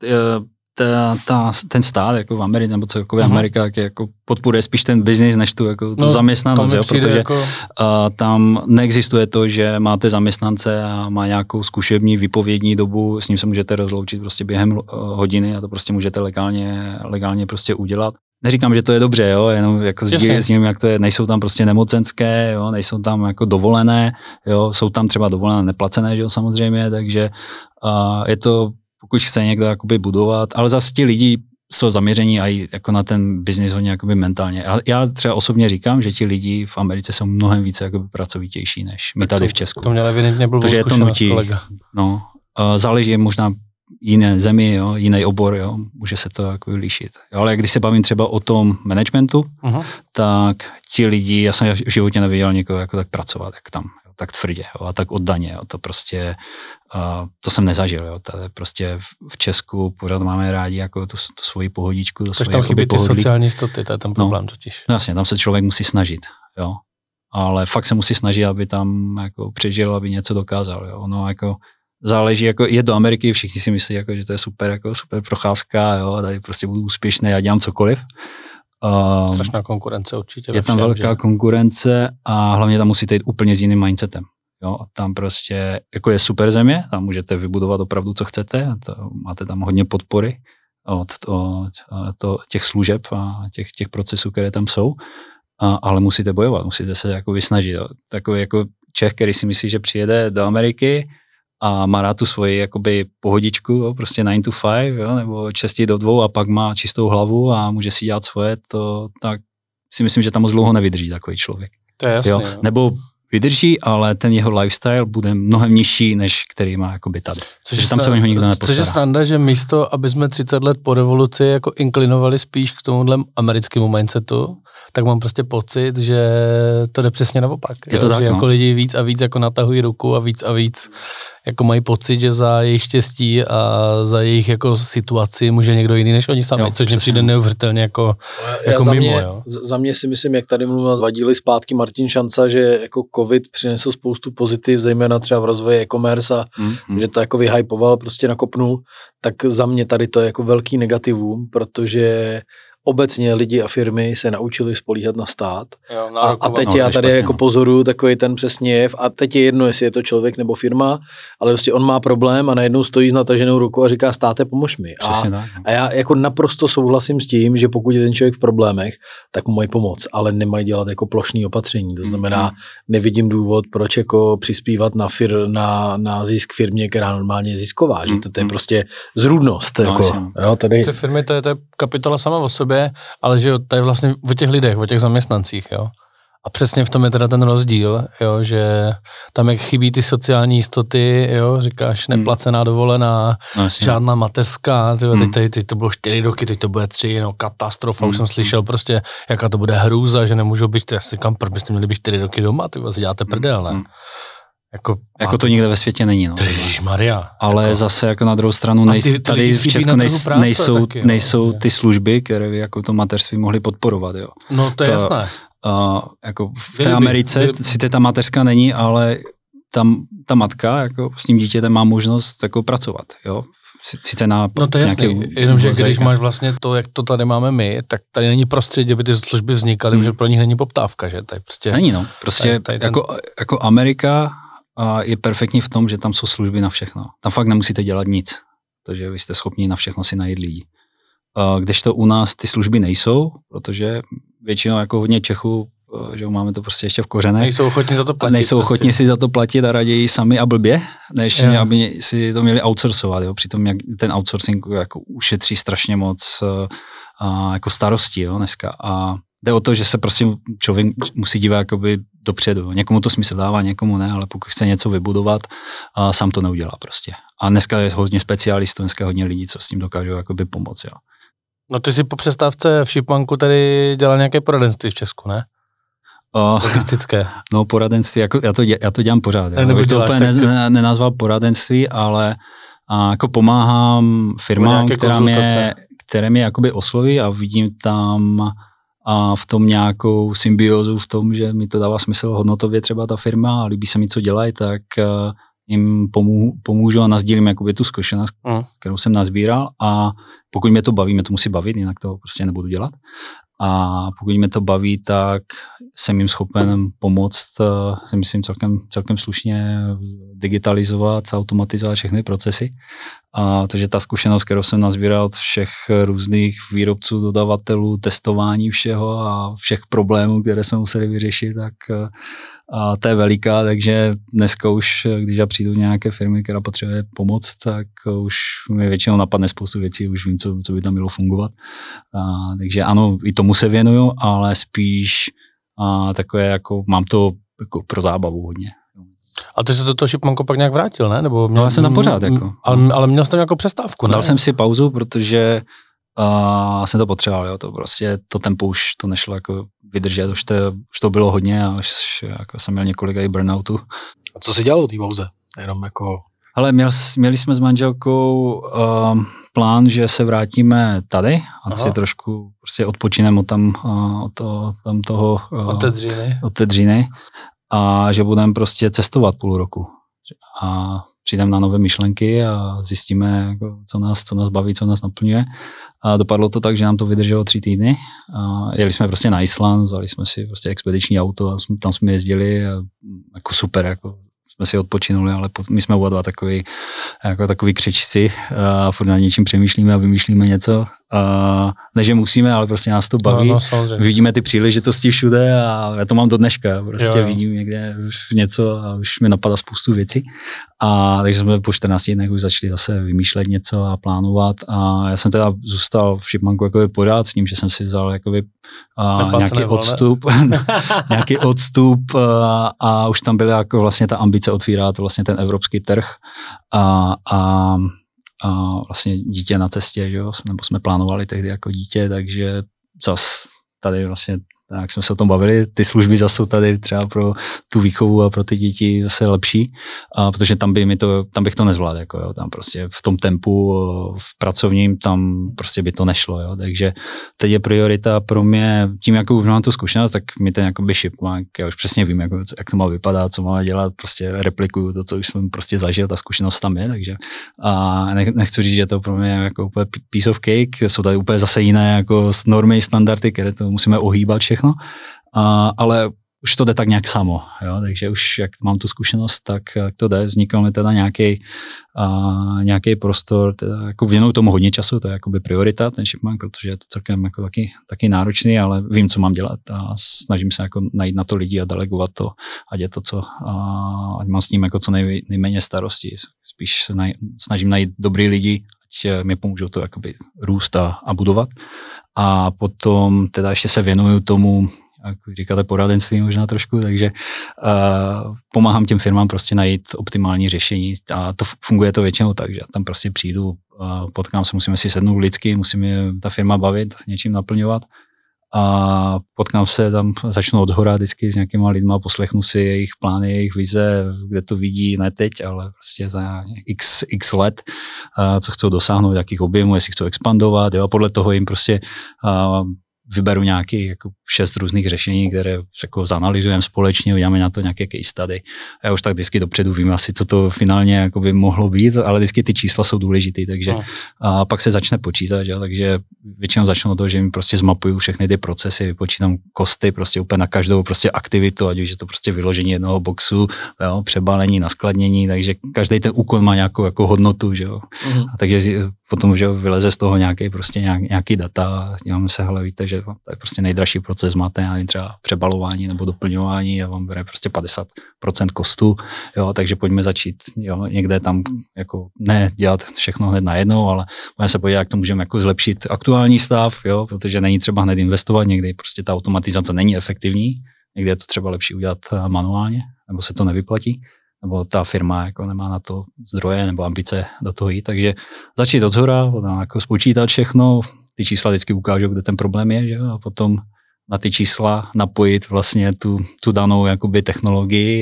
S3: ten stát jako v Americe, nebo celkově Amerika, jako podporuje spíš ten biznis, než tu jako tu zaměstnanost, jo? Protože jako... tam neexistuje to, že máte zaměstnance a má nějakou zkušební výpovědní dobu, s ním se můžete rozloučit prostě během hodiny a to prostě můžete legálně prostě udělat. Neříkám, že to je dobře, jo, jenom jako s ním, jak to je, nejsou tam prostě nemocenské, jo, nejsou tam jako dovolené, jo, jsou tam třeba dovolené neplacené, že jo, samozřejmě, takže je to, pokud chce někdo jakoby budovat, ale zase ti lidi jsou zaměření i jako na ten biznis hodně jakoby mentálně. Já třeba osobně říkám, že ti lidi v Americe jsou mnohem více jakoby pracovitější, než my tady v Česku.
S2: To měl evidentně blbou zkušenost, kolega.
S3: No, záleží možná jiné zemi, jo, jiný obor, jo, může se to jako lišit. Jo, ale když se bavím třeba o tom managementu, tak ti lidi, já jsem v životě neviděl někoho jako tak pracovat, jak tam, jo, tak tvrdě, jo, a tak oddaně, jo, to prostě, to jsem nezažil, jo, tady prostě v Česku pořád máme rádi jako tu svoji pohodičku, to svoji
S2: tam chybí ty sociální jistoty, to je ten problém totiž.
S3: No jasně, tam se člověk musí snažit, jo, ale fakt se musí snažit, aby tam jako přežil, aby něco dokázal, jo, no jako záleží, jako je do Ameriky, všichni si myslí, jako, že to je super, jako super procházka, jo, tady prostě budu úspěšný, já dělám cokoliv.
S2: Strašná konkurence určitě.
S3: Je tam velká konkurence a hlavně tam musíte jít úplně s jiným mindsetem. Jo, tam prostě, jako je super země, tam můžete vybudovat opravdu, co chcete, máte tam hodně podpory od těch služeb a těch procesů, které tam jsou, ale musíte bojovat, musíte se jako vysnažit. Jo. Takový jako Čech, který si myslí, že přijede do Ameriky a má rád tu svoji jakoby pohodičku, jo, prostě 9 to 5, jo, nebo 6 do 2 a pak má čistou hlavu a může si dělat svoje, to tak si myslím, že tam moc dlouho nevydrží takový člověk.
S2: To je jasný, jo.
S3: Nebo vydrží, ale ten jeho lifestyle bude mnohem nižší, než který má jakoby tady. Což tam se o něho nikdo nepostará.
S2: Což je sranda, že místo, aby jsme 30 let po revoluci jako inklinovali spíš k tomuhle americkému mindsetu, tak mám prostě pocit, že to jde přesně naopak.
S3: Je to tak,
S2: že jako lidi víc a víc jako natahují ruku a víc jako mají pocit, že za jejich štěstí a za jejich jako situaci může někdo jiný než oni sami, což mi přijde neuvěřitelně jako mimo.
S1: Za mě si myslím, jak tady mluvil, vadili zpátky Martin Šanca, že jako covid přinesl spoustu pozitiv, zejména třeba v rozvoji e-commerce a že to jako vyhypoval, prostě nakopnul, tak za mě tady to je jako velký negativum, protože obecně lidi a firmy se naučili spolíhat na stát.
S2: Jo,
S1: a teď já tady jako pozoruju takový ten přesně jev a teď je jedno, jestli je to člověk nebo firma, ale prostě on má problém a najednou stojí s nataženou rukou a říká státe, pomož mi. A já jako naprosto souhlasím s tím, že pokud je ten člověk v problémech, tak mu mají pomoct, ale nemají dělat jako plošný opatření. To znamená, nevidím důvod, proč jako přispívat na zisk firmě, která normálně je zisková, že to je prostě zrůdnost. Jako, jo, tady...
S2: Ty firmy, to je kapitola sama o sobě, ale že jo, to je vlastně o těch lidech, o těch zaměstnancích, jo. A přesně v tom je teda ten rozdíl, jo, že tam jak chybí ty sociální jistoty, jo, říkáš neplacená dovolená, žádná mateřská, teď to bylo 4 roky, teď to bude 3, no katastrofa, už jsem slyšel prostě, jaká to bude hrůza, že nemůžou být, já si říkám, proč byste měli být 4 roky doma, ty si děláte prdel, ne?
S3: Jako to nikde ve světě není. No.
S2: Ježišmarja.
S3: Ale jako, zase jako na druhou stranu tady v Česku nejsou ty služby, které by jako to mateřství mohly podporovat. Jo.
S2: No to je jasné.
S3: Jako v té Americe sice ta mateřka není, ale ta matka jako s tím dítětem má možnost jako pracovat. Jo. Sice na
S2: no to je jasný, jenomže když máš vlastně to, jak to tady máme my, tak tady není prostředí, aby ty služby vznikaly, protože pro nich není poptávka, že? Tady prostě,
S3: není no, prostě tady jako Amerika je perfektní v tom, že tam jsou služby na všechno. Tam fakt nemusíte dělat nic, protože vy jste schopni na všechno si najít lidi. Kdežto u nás ty služby nejsou, protože většinou jako hodně Čechů, že máme to prostě ještě v kořenech.
S2: Nejsou ochotní za to platit.
S3: Nejsou ochotní si za to platit a raději sami a blbě, než aby si to měli outsourcovat. Jo. Přitom jak ten outsourcing jako ušetří strašně moc jako starostí, jo, dneska. A jde o to, že se prostě člověk musí dívat jakoby dopředu. Někomu to smysl dává, někomu ne, ale pokud chce něco vybudovat, sám to neudělá prostě. A dneska je hodně specialistů, dneska je hodně lidí, co s tím dokážou jakoby pomoct, jo.
S2: No ty si po přestávce v Shipmanku tady dělal nějaké poradenství v Česku, ne? Logistické.
S3: No poradenství, jako já to dělám pořád. Já
S2: bych
S3: to úplně nenazval poradenství, ale jako pomáhám firmám, které mě jakoby osloví a vidím tam v tom nějakou symbiózu v tom, že mi to dává smysl hodnotově třeba ta firma a líbí se mi, co dělají, tak jim pomůžu a nasdílím jakoby tu zkušenost, kterou jsem nazbíral a pokud mě to baví, mě to musí bavit, jinak to prostě nebudu dělat. A pokud mě to baví, tak jsem jim schopen pomoct, myslím, celkem slušně digitalizovat, automatizovat všechny procesy. Takže ta zkušenost, kterou jsem nazbíral od všech různých výrobců, dodavatelů, testování všeho a všech problémů, které jsme museli vyřešit, tak to je veliká, takže dneska už, když já přijdu nějaké firmy, která potřebuje pomoc, tak už mi většinou napadne spoustu věcí, už vím, co by tam mělo fungovat. Takže ano, i tomu se věnuju, ale spíš takové jako, mám to jako pro zábavu hodně.
S2: A ty se do toho Shipmanko pak nějak vrátil, ne? Nebo
S3: já jsem na pořád, jako.
S2: Ale měl jsi tam nějakou přestávku, ne?
S3: Dal jsem si pauzu, protože jsem to potřeboval, jo, to prostě, to tempo už to nešlo jako vydržet, už to bylo hodně a už jako jsem měl několik i burnoutu.
S1: A co jsi dělal o té pauze? Jenom jako...
S3: Ale měli jsme s manželkou plán, že se vrátíme tady a si trošku prostě odpočineme od té dříny a že budeme prostě cestovat půl roku. A přijdeme na nové myšlenky a zjistíme, jako, co nás baví, co nás naplňuje. A dopadlo to tak, že nám to vydrželo 3 týdny. A jeli jsme prostě na Island, vzali jsme si prostě expediční auto a tam jsme jezdili a jako super, jako jsme si odpočinuli, ale my jsme oba dva takový křečci a furt nad něčím přemýšlíme a vymýšlíme něco. Ne, že musíme, ale prostě nás to baví.
S2: No,
S3: vidíme ty příležitosti všude a já to mám do dneška. Prostě vidím někde už něco a už mi napadá spoustu věcí. Takže jsme po 14 dnech už začali zase vymýšlet něco a plánovat. A já jsem teda zůstal v Shipmanku jakoby pořád s tím, že jsem si vzal jakoby nějaký odstup a už tam byla jako vlastně ta ambice otvírat vlastně ten evropský trh a vlastně dítě na cestě, že jo? Nebo jsme plánovali tehdy jako dítě, takže zas tady vlastně, jak jsme se o tom bavili, ty služby zase jsou tady třeba pro tu výchovu a pro ty děti zase lepší, protože tam bych to nezvládl, jako jo? Tam prostě v tom tempu, v pracovním, tam prostě by to nešlo, jo? Takže teď je priorita pro mě, tím jako už mám tu zkušenost, tak mi ten jakoby Shipmank, já už přesně vím, jako, jak to má vypadat, co máme dělat, prostě replikuju to, co už jsem prostě zažil, ta zkušenost tam je, takže nechci říct, že to pro mě jako úplně piece of cake, jsou tady úplně zase jiné jako normy, standardy, které to musíme ohýbat všechno, ale už to jde tak nějak samo, jo? Takže už jak mám tu zkušenost, tak to jde, vznikl mi teda nějaký prostor, teda jako věnuju tomu hodně času, to je jakoby priorita, ten Shipmank, protože je to celkem jako taky náročný, ale vím, co mám dělat a snažím se jako najít na to lidi a delegovat to, ať je to ať mám s ním jako co nejméně starosti, spíš se snažím najít dobrý lidi, ať mi pomůžou to jakoby růst a budovat. A potom teda ještě se věnuju tomu, jak říkáte, poradenství možná trošku, takže pomáhám těm firmám prostě najít optimální řešení a to funguje to většinou tak, že tam prostě přijdu, potkám se, musíme si sednout lidsky, musíme ta firma bavit, něčím naplňovat a potkám se tam, začnu od hora vždycky s nějakýma lidma, poslechnu si jejich plány, jejich vize, kde to vidí, ne teď, ale prostě za x let, co chcou dosáhnout, jakých objemů, jestli chcou expandovat, jo, a podle toho jim prostě vyberu nějaký jako 6 různých řešení, které jako zanalizujeme společně, uděláme na to nějaké case study. Já už tak vždycky dopředu vím asi, co to finálně jako by mohlo být, ale vždycky ty čísla jsou důležitý, takže a pak se začne počítat, že? Takže většinou začnu od toho, že mi prostě zmapuju všechny ty procesy, vypočítám kosty prostě úplně na každou prostě aktivitu, ať už je to prostě vyložení jednoho boxu, jo, přebalení, naskladnění, takže každý ten úkon má nějakou jako hodnotu, že jo. A takže potom, že vyleze z toho nějaký data, díváme se, hele, víte, že to je prostě nejdražší proces máte, já nevím, třeba přebalování nebo doplňování a vám bere prostě 50% kostu, jo, takže pojďme začít, jo, někde tam jako ne dělat všechno hned najednou, ale pojďme se podívat, jak to můžeme jako zlepšit aktuální stav, jo, protože není třeba hned investovat, někdy prostě ta automatizace není efektivní, někdy je to třeba lepší udělat manuálně, nebo se to nevyplatí, nebo ta firma jako nemá na to zdroje nebo ambice do toho jít, takže začít od zhora, jako spočítat všechno, ty čísla vždycky ukážou, kde ten problém je, že? A potom na ty čísla napojit vlastně tu danou jakoby technologii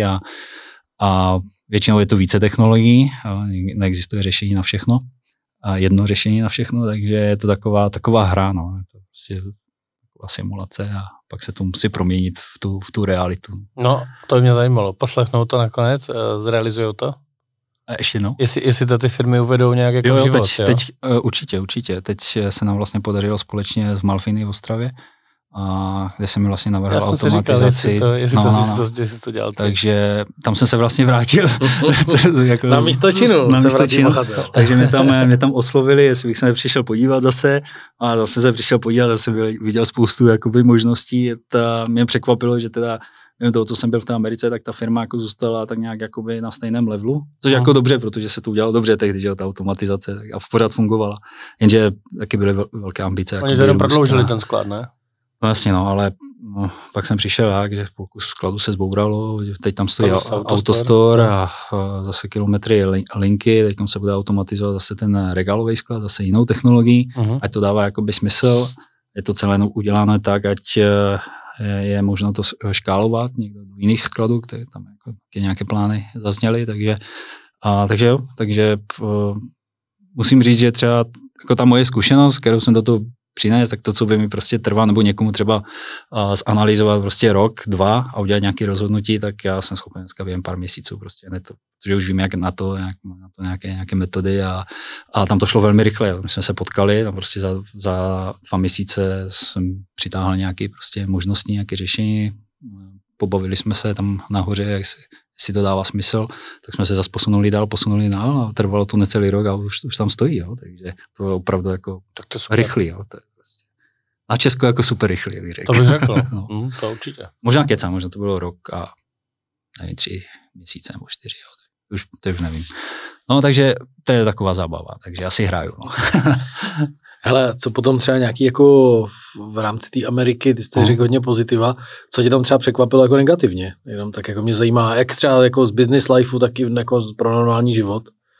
S3: a většinou je to více technologií, neexistuje řešení na všechno a jedno řešení na všechno, takže je to taková hra, no. Je to prostě taková simulace a pak se to musí proměnit v tu realitu.
S2: No, to by mě zajímalo. Poslechnou to nakonec, zrealizujou to?
S3: A ještě no.
S2: Jestli to ty firmy uvedou nějak jako život,
S3: teď určitě. Teď se nám vlastně podařilo společně s Malfiny v Ostravě, kde jsem mi vlastně navrhl automatizaci.
S2: Jestli to dělal.
S3: Takže tam jsem se vlastně vrátil.
S2: Jako, na místo činu.
S3: Takže mě tam oslovili, jestli bych se nepřišel podívat zase. A zase se přišel podívat, zase viděl spoustu jakoby možností. Mě překvapilo, že teda toho, co jsem byl v té Americe, tak ta firma jako zůstala tak nějak jakoby na stejném levelu, což jako dobře, protože se to udělalo dobře tehdy, že ta automatizace a v pořád fungovala. Jenže taky byly velké ambice.
S2: Oni to jenom prodloužili ten sklad, ne?
S3: No jasně, no, ale pak jsem přišel že půlku skladu se zbouralo, teď tam stojí autostore a zase kilometry linky, teď se bude automatizovat zase ten regálový sklad, zase jinou technologií, ať to dává jakoby smysl, je to celé udělané tak, ať je možno to škálovat někdo do jiných skladů, které tam jako nějaké plány zazněly, takže musím říct, že třeba jako ta moje zkušenost, kterou jsem do toho přinést, tak to, co by mi prostě trvá, nebo někomu třeba zanalyzovat prostě rok, 2 a udělat nějaké rozhodnutí, tak já jsem schopen dneska během pár měsíců prostě protože už vím, jak na to nějaké metody a tam to šlo velmi rychle. My jsme se potkali, tam prostě za 2 měsíce jsem přitáhl nějaké prostě možnosti, nějaké řešení, pobavili jsme se tam nahoře, jestli to dává smysl, tak jsme se zase posunuli dál a trvalo to necelý rok a už tam stojí, jo, takže to je opravdu jako rychlý, jo, to je prostě. A Česko jako super rychlý, bych řekl.
S2: To bych řekl, no. To určitě.
S3: Možná kecám, možná to bylo rok a nevím, 3 měsíce nebo 4, jo, to už nevím. No, takže to je taková zábava, takže asi hraju, no.
S1: Hele, co potom třeba nějaký jako v rámci té Ameriky, ty jsi řekl hodně pozitiva, co tě tam třeba překvapilo jako negativně? Jenom tak jako mě zajímá, jak třeba jako z business lifeu, tak i jako pro normální život.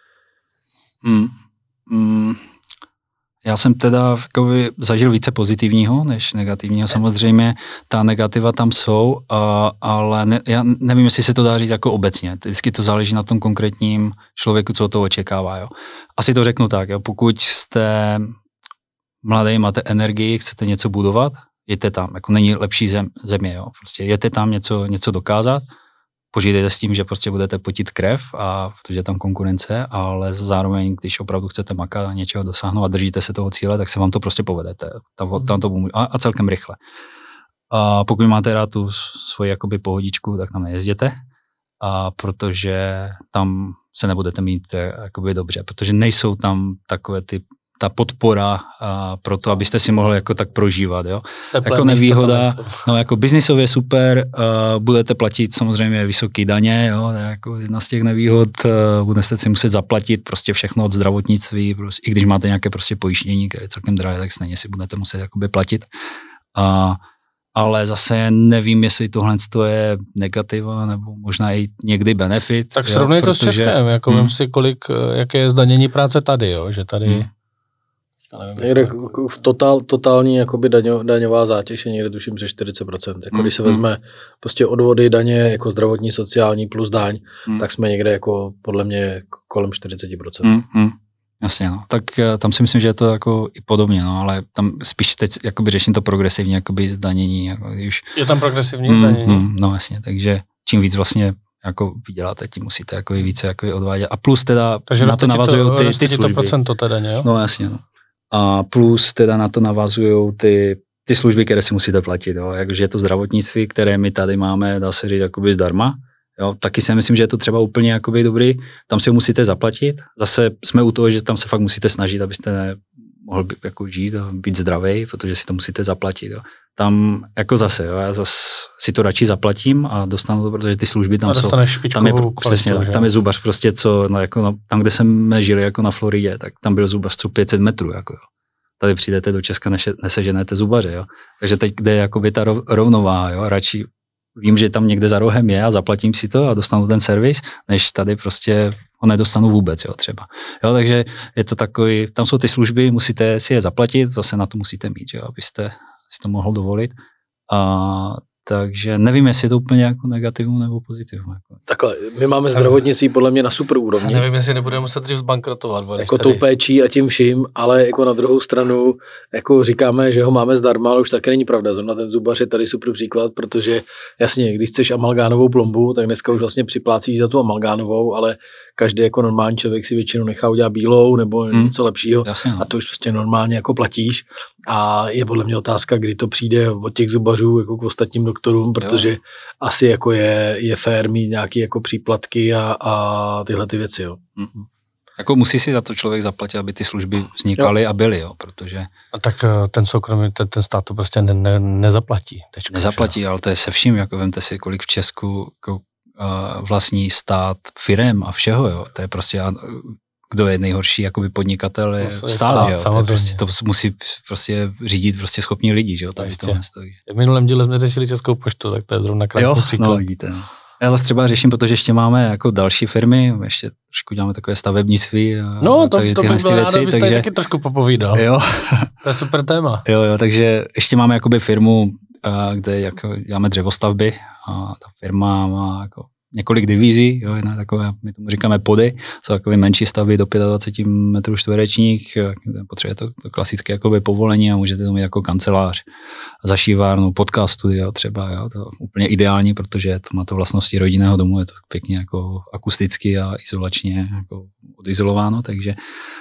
S3: Já jsem teda zažil více pozitivního než negativního. Samozřejmě ta negativa tam jsou, ale já nevím, jestli se to dá říct jako obecně. Vždycky to záleží na tom konkrétním člověku, co to očekává. Jo. Asi to řeknu tak, jo. Pokud jste mladý, máte energii, chcete něco budovat, jeďte tam, jako není lepší země, jo. Prostě jeďte tam něco dokázat, počítejte s tím, že prostě budete potit krev, protože je tam konkurence, ale zároveň, když opravdu chcete makat a něčeho dosáhnout a držíte se toho cíle, tak se vám to prostě povedete. Tam to pomůže. A celkem rychle. A pokud máte rád tu svoji jakoby pohodičku, tak tam nejezděte, protože tam se nebudete mít jakoby dobře, protože nejsou tam takové ta podpora pro to, abyste si mohli jako tak prožívat, jo. Jako nevýhoda, no jako biznisově super, budete platit samozřejmě vysoké daně, jo, jako jedna z těch nevýhod, budete si muset zaplatit prostě všechno od zdravotnictví, prostě, i když máte nějaké prostě pojištění, které je celkem drahé, tak stejně si budete muset jakoby platit. Ale zase nevím, jestli tohle je negativa, nebo možná i někdy benefit.
S2: Tak srovnej to s Českem, jako vím si, jaké je zdanění práce tady, jo, že tady...
S1: Totální jakoby daňová zátěž je někde tuším přes 40%. Jako když se vezme prostě odvody, daně, jako zdravotní, sociální plus daň, tak jsme někde jako podle mě kolem 40%.
S3: Jasně, no. Tak tam si myslím, že je to jako i podobně, no, ale tam spíš teď jakoby řeším to progresivně, jakoby zdanění. Jako už...
S2: Je tam progresivní zdanění?
S3: No jasně, takže čím víc vlastně jako vyděláte, tím musíte jako více jako odvádět. A plus teda
S2: takže
S3: na to navazují ty služby.
S2: procento teda, jo?
S3: No jasně, no. A plus teda na to navazují ty služby, které si musíte platit, jo. Jakože je to zdravotnictví, které my tady máme, dá se říct, jakoby zdarma. Jo. Taky si myslím, že je to třeba úplně jakoby dobrý, tam si ho musíte zaplatit. Zase jsme u toho, že tam se fakt musíte snažit, abyste mohl by jako žít a být zdravý, protože si to musíte zaplatit. Jo. Tam jako zase, jo, já si to radši zaplatím a dostanu to, protože ty služby tam jsou. Tam je přesně, tam je zubař prostě, tam, kde jsme žili jako na Floridě, tak tam byl zubař co 500 metrů. Jako, jo. Tady přijdete do Česka, neseženete zubaře. Jo. Takže teď jde jakoby ta rovnováha. Jo. Radši vím, že tam někde za rohem je a zaplatím si to a dostanu ten servis, než tady prostě ho nedostanu vůbec, jo, třeba. Jo, takže je to takový, tam jsou ty služby, musíte si je zaplatit, zase na to musíte mít, jo, abyste si to mohl dovolit. Takže nevím, jestli je to úplně jako negativum nebo pozitivum. Jako.
S1: Takhle, my máme zdravotnictví podle mě na super úrovni.
S2: Já nevím, jestli nebudeme muset dřív zbankrotovat.
S1: Jako tou péčí a tím vším, ale jako na druhou stranu jako říkáme, že ho máme zdarma, ale už taky není pravda. Zrovna ten zubař je tady super příklad, protože jasně, když chceš amalgánovou plombu, tak dneska už vlastně připlácíš za tu amalgánovou, ale každý jako normální člověk si většinou nechá udělat bílou nebo něco lepšího a to už prostě normálně jako platíš. A je podle mě otázka, kdy to přijde od těch zubařů jako k ostatním doktorům, protože asi jako je fér mít nějaké jako příplatky a tyhle ty věci. Jo.
S3: Jako musí si za to člověk zaplatit, aby ty služby vznikaly a byly, jo, protože...
S2: A tak ten soukromý, ten stát to prostě nezaplatí.
S3: Nezaplatí, ale to je se vším, jako vemte si, kolik v Česku vlastní stát firem a všeho, jo, to je prostě... Kdo je nejhorší jakoby podnikatel je stát, že jo? To musí prostě řídit prostě schopní lidi, že jo?
S2: V minulém díle jsme řešili Českou poštu, tak to je zrovna krásný příklad.
S3: No, vidíte. No. Já zase třeba řeším, protože ještě máme jako další firmy, ještě trošku děláme takové stavebnictví.
S2: No, to bych byl rád, abyste takže... taky trošku popovídal.
S3: Jo.
S2: To je super téma.
S3: Jo, takže ještě máme jakoby firmu, kde jako děláme dřevostavby a ta firma má jako několik divizí, jo, jedna takové, my tomu říkáme pody, jsou takové menší stavby do 25 metrů čtverečních, potřebuje to klasické jakoby povolení a můžete to mít jako kancelář, zašívárnu, podcast studio třeba, jo, to je úplně ideální, protože to má to vlastnosti rodinného domu, je to pěkně jako akusticky a izolačně jako odizolováno, takže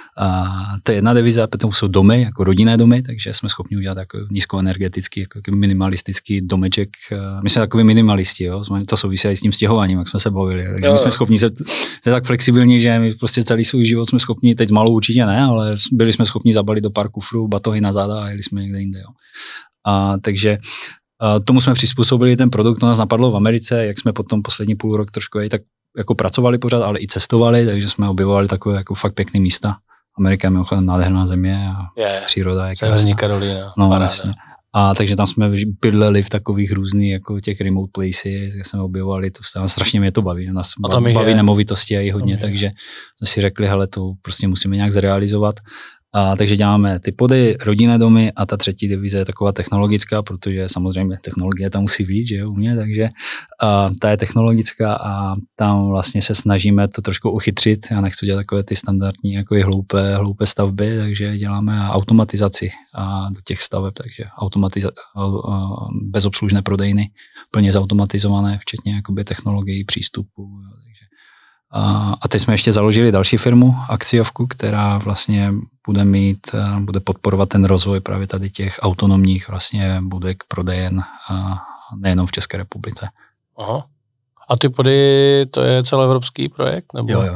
S3: to je jedna divize, potom jsou domy, jako rodinné domy, takže jsme schopni udělat jako nízkoenergetický, jako minimalistický domeček. My jsme takový minimalisti, jo? To souvisí i s tím stěhováním, jak jsme se bavili. Takže my jsme schopni se tak flexibilní, že my prostě celý svůj život jsme schopni, teď malou určitě ne, ale byli jsme schopni zabalit do pár kufrů, batohy na záda a jeli jsme někde jinde. Jo? Takže tomu jsme přizpůsobili ten produkt, to nás napadlo v Americe, jak jsme potom poslední půl rok trošku tak jako pracovali pořád, ale i cestovali, takže jsme objevovali takové jako fakt pěkné místa. Amerika je mimochodem nádherná země a příroda je krásná.
S2: Severní Karolína.
S3: No, vlastně. A takže tam jsme bydleli v takových různých jako těch remote places, kde jsme objevovali tu stále. Strašně mě to baví. Nás baví nemovitosti a i hodně, takže jsme si řekli, hele, to prostě musíme nějak zrealizovat. Takže děláme ty pody, rodinné domy a ta třetí divize je taková technologická, protože samozřejmě technologie tam musí být, že jo, u mě, takže ta je technologická a tam vlastně se snažíme to trošku uchytrit. Já nechci dělat takové ty standardní jako i hloupé stavby, takže děláme automatizaci do těch staveb, takže bezobslužné prodejny, plně zautomatizované, včetně jakoby technologií, přístupu, takže a teď jsme ještě založili další firmu, akciovku, která vlastně bude podporovat ten rozvoj právě tady těch autonomních vlastně budek, prodejen nejenom v České republice.
S2: Aha. A ty pody, to je celoevropský projekt? Nebo?
S3: Jo.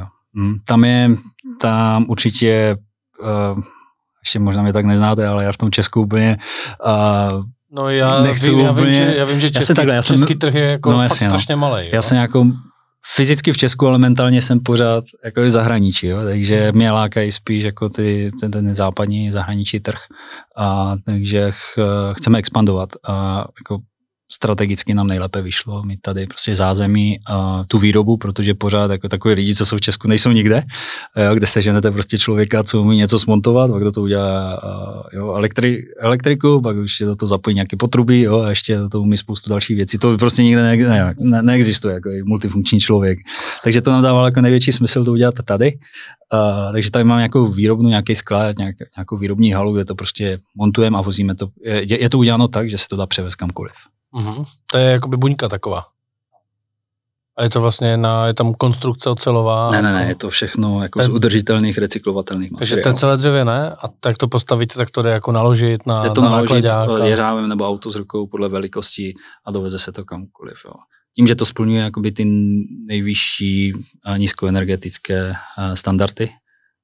S3: Tam určitě, ještě možná mě tak neznáte, ale já v tom Česku úplně
S2: no já vím, že český trh je jako fakt strašně malej.
S3: Já jsem jako fyzicky v Česku, ale mentálně jsem pořád jako v zahraničí, jo? Takže mě lákají spíš jako ten západní zahraničí trh. Takže chceme expandovat. Jako strategicky nám nejlépe vyšlo mít tady prostě zázemí tu výrobu, protože pořád jako takový lidi, co jsou v Česku, nejsou nikde, jo, kde seženete prostě člověka, co umí něco smontovat, pak kdo to udělá elektriku, pak už do toho zapojí nějaké potrubí, jo, a ještě do toho umí spoustu dalších věcí. To prostě nikde neexistuje, jako multifunkční člověk. Takže to nám dávalo jako největší smysl to udělat tady. Takže tady mám nějakou výrobnu, nějaký sklad, nějakou výrobní halu, kde to prostě montujeme a vozíme to. Je to uděláno tak, že se to dá převést kamkoliv.
S2: Uhum. To je jakoby buňka taková. A je to vlastně je tam konstrukce ocelová?
S3: Ne, je to všechno jako z udržitelných, recyklovatelných materiálů.
S2: Takže to je celé dřevěné a tak to postavíte, tak to jde jako naložit na nákladák.
S3: Jeřávem nebo auto s rukou podle velikosti a doveze se to kamkoliv. Jo. Tím, že to splňuje jakoby ty nejvyšší nízkoenergetické standardy,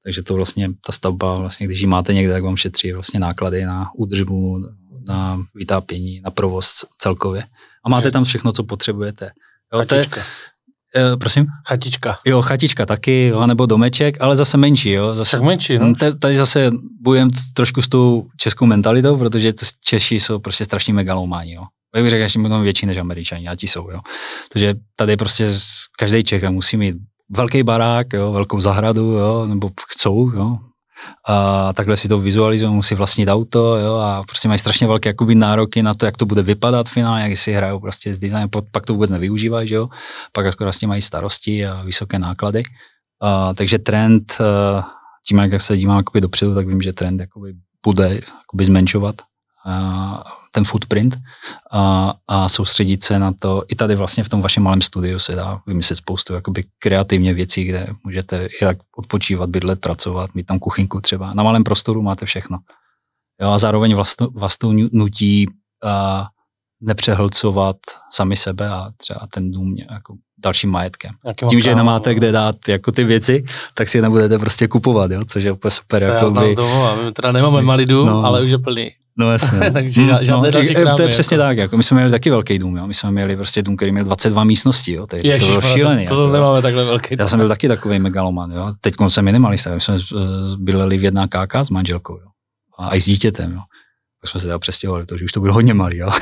S3: Takže to vlastně, ta stavba, vlastně, když ji máte někde, tak vám šetří vlastně náklady na údržbu, na vytápění, na provoz celkově. A máte tam všechno, co potřebujete. Jo,
S2: Chatička.
S3: Prosím?
S2: Chatička.
S3: Jo, chatička taky, jo, nebo domeček, ale zase menší. Jo, zase,
S2: tak menší, no.
S3: Tady zase bojujeme trošku s tou českou mentalitou, protože Češi jsou prostě strašně megalománi. Jo. Já bych řekl, že jsou větší než Američani, a ti jsou. Jo. Takže tady prostě každý Čech musí mít velký barák, jo, velkou zahradu, jo, nebo chcou, jo. A takhle si to vizualizují, musí vlastnit auto, jo, a prostě mají strašně velké jakoby nároky na to, jak to bude vypadat finálně, jak si hrajou prostě s designem, pak to vůbec nevyužívají, že jo, pak jako vlastně mají starosti a vysoké náklady. Takže trend, tím jak se dívám jakoby dopředu, tak vím, že trend jakoby bude jakoby zmenšovat ten footprint a soustředit se na to. I tady vlastně v tom vašem malém studiu se dá vymyslet spoustu jakoby kreativně věcí, kde můžete jak odpočívat, bydlet, pracovat, mít tam kuchynku třeba. Na malém prostoru máte všechno. Jo, a zároveň vás to nutí nepřehlcovat sami sebe a třeba ten dům jako dalším majetkem. Tím, že nemáte kde dát jako ty věci, tak si je nebudete prostě kupovat, jo, což je úplně super.
S2: To já znám z domova, my teda nemáme malý dům, ale už je plný.
S3: No jasně.
S2: Takže žádné další krámy.
S3: To je přesně tak, jako my jsme měli taky velký dům, jo. My jsme měli prostě dům, který měl 22 místností, jo. To bylo šílený.
S2: To nemáme takhle velký dům.
S3: Já jsem byl taky takový megaloman, jo. Teď jsem minimalista, my jsme bydleli v 1KK s manželkou, jo. A i s dítětem, jo. Tak jsme se teda přestěhovali, protože už to bylo hodně malý, jo.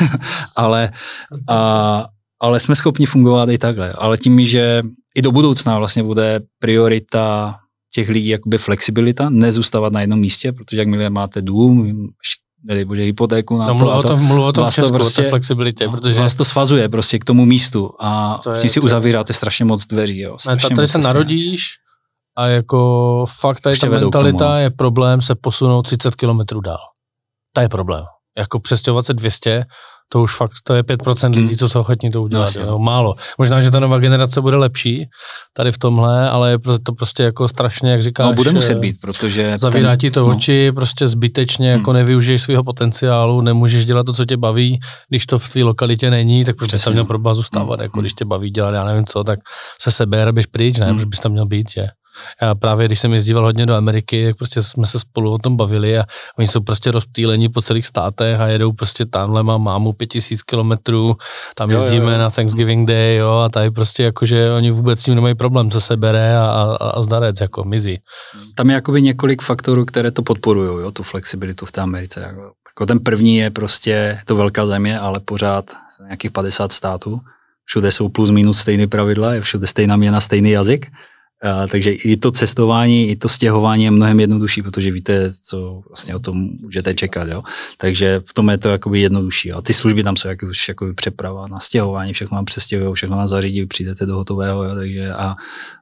S3: ale jsme schopni fungovat i takhle. Ale tím, že i do budoucna vlastně bude priorita těch lidí jakoby flexibilita, nezůstávat na jednom místě, protože jakmile máte dům, nedej bože hypotéku na
S2: mluv o tom v Česku, prostě, o té flexibilitě, protože
S3: vás to svazuje prostě k tomu místu a tím si uzavíráte strašně moc dveří. Jo,
S2: tady se narodíš a jako fakt tady ta mentalita je problém se posunout 30 kilometrů dál. To je problém. Jako přestěhovat se 200, to už fakt, to je 5% lidí, co jsou ochotní to udělat. Jo, málo. Možná, že ta nová generace bude lepší tady v tomhle, ale je to prostě jako strašně, jak říkáš.
S3: No bude muset být, protože
S2: zavírá ti to oči, prostě zbytečně jako nevyužiješ svého potenciálu, nemůžeš dělat to, co tě baví, když to v tvý lokalitě není, tak prostě tam měl problém zůstávat, jako když tě baví dělat, já nevím co, tak se sebe běž pryč, ne, protože bys tam měl být, že? Já právě, když jsem jezdíval hodně do Ameriky, tak prostě jsme se spolu o tom bavili a oni jsou prostě rozptýlení po celých státech a jedou prostě tamhle, mám mámu 5000 kilometrů, tam jezdíme na Thanksgiving Day, jo, a tady prostě jakože oni vůbec s tím nemají problém, co se bere a zdarec, jako mizí.
S3: Tam je jakoby několik faktorů, které to podporují, jo, tu flexibilitu v té Americe. Jako ten první je prostě to velká země, ale pořád nějakých 50 států. Všude jsou plus minus stejné pravidla, je všude stejná měna, stejný jazyk. Takže i to cestování, i to stěhování je mnohem jednodušší, protože víte, co vlastně o tom můžete čekat, jo. Takže v tom je to jakoby jednodušší. A ty služby tam jsou jakoby přeprava na stěhování, všechno vám přestěhují, všechno vám zařídí, přijdete do hotového, jo, takže a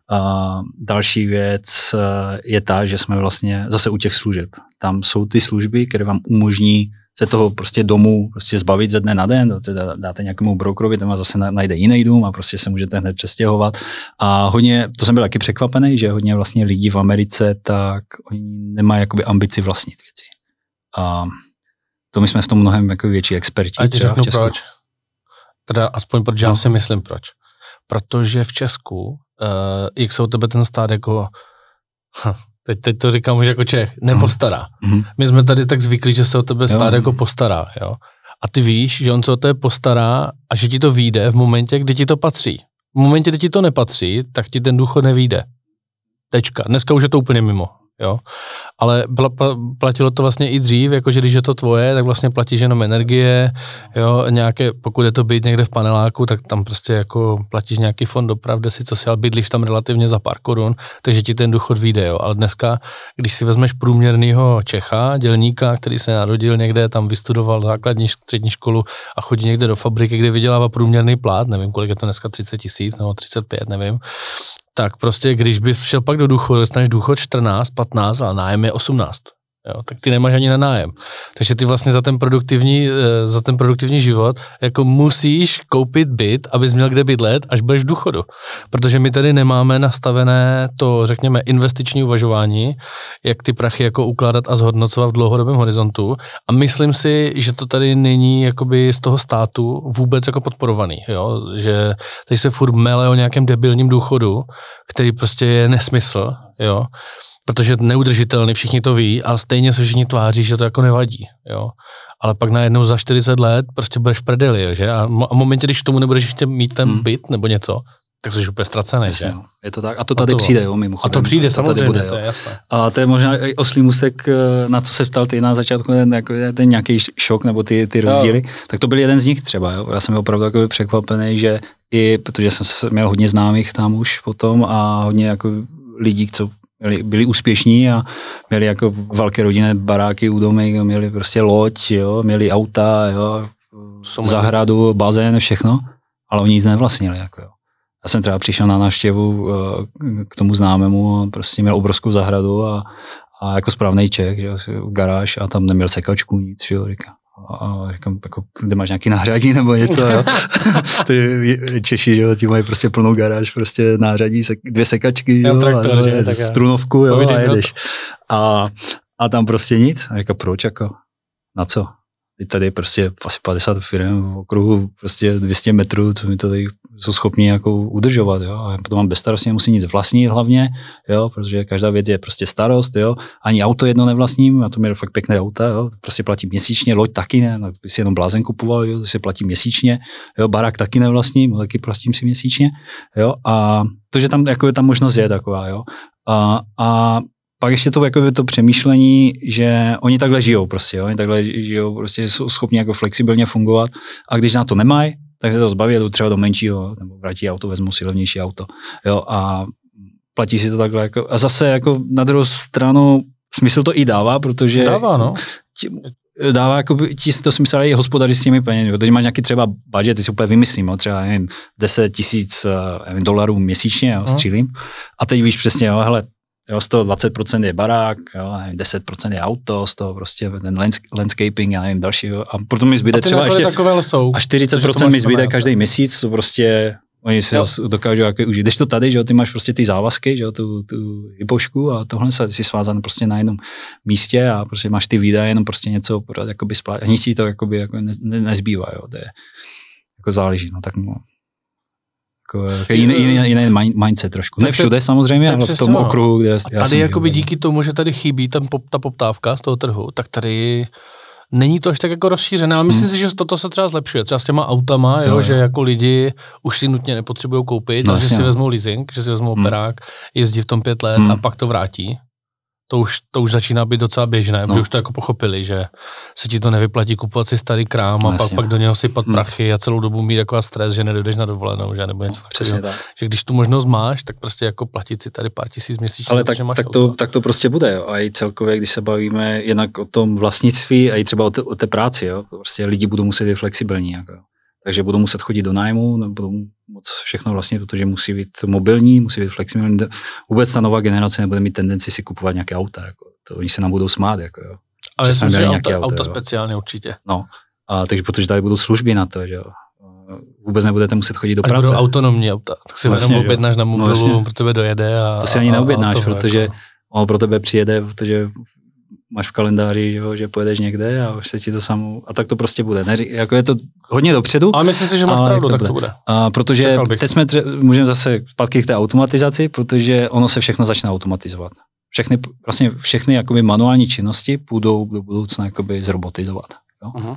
S3: další věc je ta, že jsme vlastně zase u těch služeb. Tam jsou ty služby, které vám umožní se toho prostě domu prostě zbavit ze dne na den, dáte nějakému brokerovi, ten vás zase najde jiný dům a prostě se můžete hned přestěhovat. A hodně, to jsem byl taky překvapený, že hodně vlastně lidí v Americe, tak oni nemají jakoby ambici vlastnit věci. A to my jsme v tom mnohem jako větší experti.
S2: A ti řeknu proč. Teda aspoň proč já si myslím proč. Protože v Česku, jak se o tebe ten stát jako... Teď to říkám už jako Čech, nepostará. My jsme tady tak zvyklí, že se o tebe stát jako postará, jo. A ty víš, že on se o tebe postará a že ti to vyjde v momentě, kdy ti to patří. V momentě, kdy ti to nepatří, tak ti ten důchod nevyjde. Tečka. Dneska už je to úplně mimo, jo. Ale platilo to vlastně i dřív, jakože když je to tvoje, tak vlastně platíš jenom energie, jo, nějaké, pokud je to být někde v paneláku, tak tam prostě jako platíš nějaký fond doprav, kde si co si, ale bydlíš tam relativně za pár korun, takže ti ten důchod vyjde, jo. Ale dneska, když si vezmeš průměrného Čecha, dělníka, který se narodil někde, tam vystudoval základní, střední školu a chodí někde do fabriky, kde vydělává průměrný plát, nevím, kolik je to dneska, 30 000 nebo 35, nevím, tak prostě, když bys šel pak do důchodu, dostaneš důchod 14, 15 a nájem je 18. Jo, tak ty nemáš ani na nájem. Takže ty vlastně za ten produktivní život jako musíš koupit byt, abys měl kde bydlet, až budeš v důchodu. Protože my tady nemáme nastavené to, řekněme, investiční uvažování, jak ty prachy jako ukládat a zhodnocovat v dlouhodobém horizontu. A myslím si, že to tady není jakoby z toho státu vůbec jako podporovaný. Jo? Že tady se furt mele o nějakém debilním důchodu, který prostě je nesmysl. jo, protože to neudržitelný, všichni to ví, ale stejně se všichni tváří, že to jako nevadí, jo. Ale pak najednou za 40 let prostě budeš v prdeli, že? A v momentě, když k tomu nebudeš ještě mít ten byt nebo něco, tak jsi úplně ztracený, že?
S3: Je to tak. A to tady přijde, jo, mimochodem.
S2: A to přijde,
S3: to
S2: samozřejmě,
S3: bude,
S2: to je jasné.
S3: A to je možná i oslý můstek, na co se ptal ty na začátku, ten nějaký šok nebo ty rozdíly. Tak to byl jeden z nich třeba, jo. Já jsem opravdu jako překvapený, že i, protože jsem měl hodně známých tam už potom a hodně jako lidí, co byli úspěšní a měli jako velké rodinné baráky u domy, měli prostě loď, jo, měli auta, jo, zahradu, bazén, všechno, ale oni nic nevlastnili, jako jo. Já jsem třeba přišel na návštěvu k tomu známému a prostě měl obrovskou zahradu a jako správnej Čech, že garáž a tam neměl sekačku, nic, jo, říkám. A říkám, jako, kde máš nějaký nářadí nebo něco, jo. Ty Češi, že jo, ti mají prostě plnou garáž, prostě nářadí, 2 sekačky, jo,
S2: traktor,
S3: a strunovku, jo, a jedeš. A tam prostě nic. A říkám, proč, jako, na co? Tady je prostě asi 50 firm v okruhu, prostě 200 metrů, co mi to tady jsou schopni jako udržovat, jo. A potom mám bezstarostně, nemusím nic vlastnit hlavně, jo, protože každá věc je prostě starost, jo. Ani auto jedno nevlastním, a to měl fakt pěkné auta, jo. Prostě platím měsíčně, loď taky ne, no, si jenom blázen kupoval, jo, to si platím měsíčně, jo, barák taky nevlastním, taky platím si měsíčně, jo. A to, že tam jako ta možnost je taková, jo. A pak ještě to, jako to přemýšlení, že oni takhle žijou prostě, jo? Oni takhle žijou, prostě jsou schopni jako flexibilně fungovat a když na to nemají, tak se to zbaví, jdou třeba do menšího, nebo vrátí auto, vezmou si levnější auto, jo, a platí si to takhle jako, a zase jako na druhou stranu smysl to i dává, protože
S2: dává, no.
S3: Dává jako ti to smysl i hospodařit s těmi penězi, protože máš nějaký třeba budget, ty si úplně vymyslím, jo, třeba nevím, 10 000 dolarů měsíčně, jo, střílím, a teď víš přesně, jo, hele, jo, z toho 20% je barák, jo, nevím, 10% je auto, z toho prostě ten landscaping, já nevím, další, jo, a proto mi zbyde třeba ještě a 40% mi zbyde každý měsíc, to prostě oni si dokážou jako užít. Když to tady, že jo, ty máš prostě ty závazky, že jo, tu hypošku a tohle se jsi svázan prostě na jednom místě a prostě máš ty výdaje, jenom prostě něco pořád jakoby splátit. A nic ti to jakoby jako nezbývá, jo, to je, jako záleží, no tak no. Jako jiný mindset trošku. Ne všude samozřejmě, ale v tom okruhu, kde
S2: a tady jakoby díky tomu, že tady chybí ta poptávka z toho trhu, tak tady není to až tak jako rozšířené, ale myslím si, že toto se třeba zlepšuje. Třeba s těma autama, jo, že jako lidi už si nutně nepotřebují koupit, že si vezmou leasing, že si vezmou operák, jezdí v tom 5 let a pak to vrátí. To už začíná být docela běžné, protože už to jako pochopili, že se ti to nevyplatí kupovat si starý krám a pak do něho sypat prachy a celou dobu mít jako stres, že nedojdeš na dovolenou, že nebo něco takového. Že když tu možnost máš, tak prostě jako platit si tady pár tisíc měsíčně.
S3: Ale tak to prostě bude, jo. A i celkově, když se bavíme jednak o tom vlastnictví a i třeba o té práci, jo. Prostě lidi budou muset být flexibilní, jako. Takže budou muset chodit do nájmu, nebudou moc všechno vlastně, protože musí být mobilní, musí být flexibilní. Vůbec ta nová generace nebude mít tendenci si kupovat nějaké auta, jako. To oni se nám budou smát, jako jo.
S2: Ale jsme měli auta speciálně určitě.
S3: No, a takže protože tady budou služby na to, že jo. Vůbec nebudete muset chodit do práce.
S2: Až budou autonomní auta, tak si vlastně, jenom objednáš na mobilu, pro tebe dojede a...
S3: To si ani neobjednáš, protože jako... on pro tebe přijede, protože máš v kalendáři, že pojedeš někde a už se ti to samo, a tak to prostě bude. Jako je to hodně dopředu.
S2: A myslím si, že máš pravdu, tak to bude.
S3: Protože teď můžeme zase zpátky k té automatizaci, protože ono se všechno začne automatizovat. Všechny jakoby manuální činnosti budou do budoucna jakoby zrobotizovat. Jo?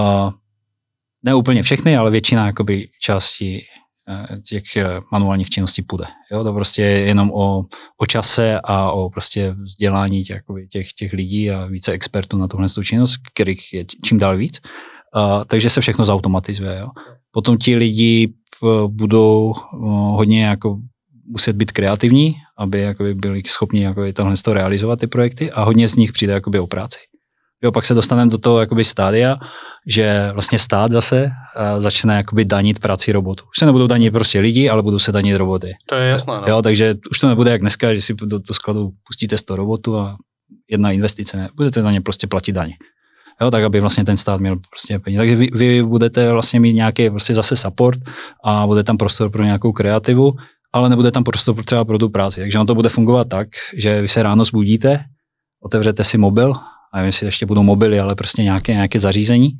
S3: Ne úplně všechny, ale většina jakoby částí těch manuálních činností půjde. Jo? To prostě je jenom o čase a o prostě vzdělání těch lidí a více expertů na tuhle činnost, kterých je čím dál víc. Takže se všechno zautomatizuje. Jo? Potom ti lidi budou hodně jako muset být kreativní, aby jakoby byli schopni jakoby tohle realizovat ty projekty a hodně z nich přijde jakoby o práci. Jo, pak se dostaneme do toho jakoby stádia, že vlastně stát zase začne jakoby danit práci robotů. Už se nebudou danit prostě lidi, ale budou se danit roboty.
S2: To je jasné. No.
S3: Jo, takže už to nebude jak dneska, že si do skladu pustíte 100 robotů a jedna investice, ne, budete za ně prostě platit daně. Jo, tak aby vlastně ten stát měl prostě peníze. Takže vy budete vlastně mít nějaký prostě zase support a bude tam prostor pro nějakou kreativu, ale nebude tam prostor třeba pro tu práci. Takže on to bude fungovat tak, že vy se ráno zbudíte, otevřete si mobil, a nevím, jestli ještě budou mobily, ale prostě nějaké zařízení,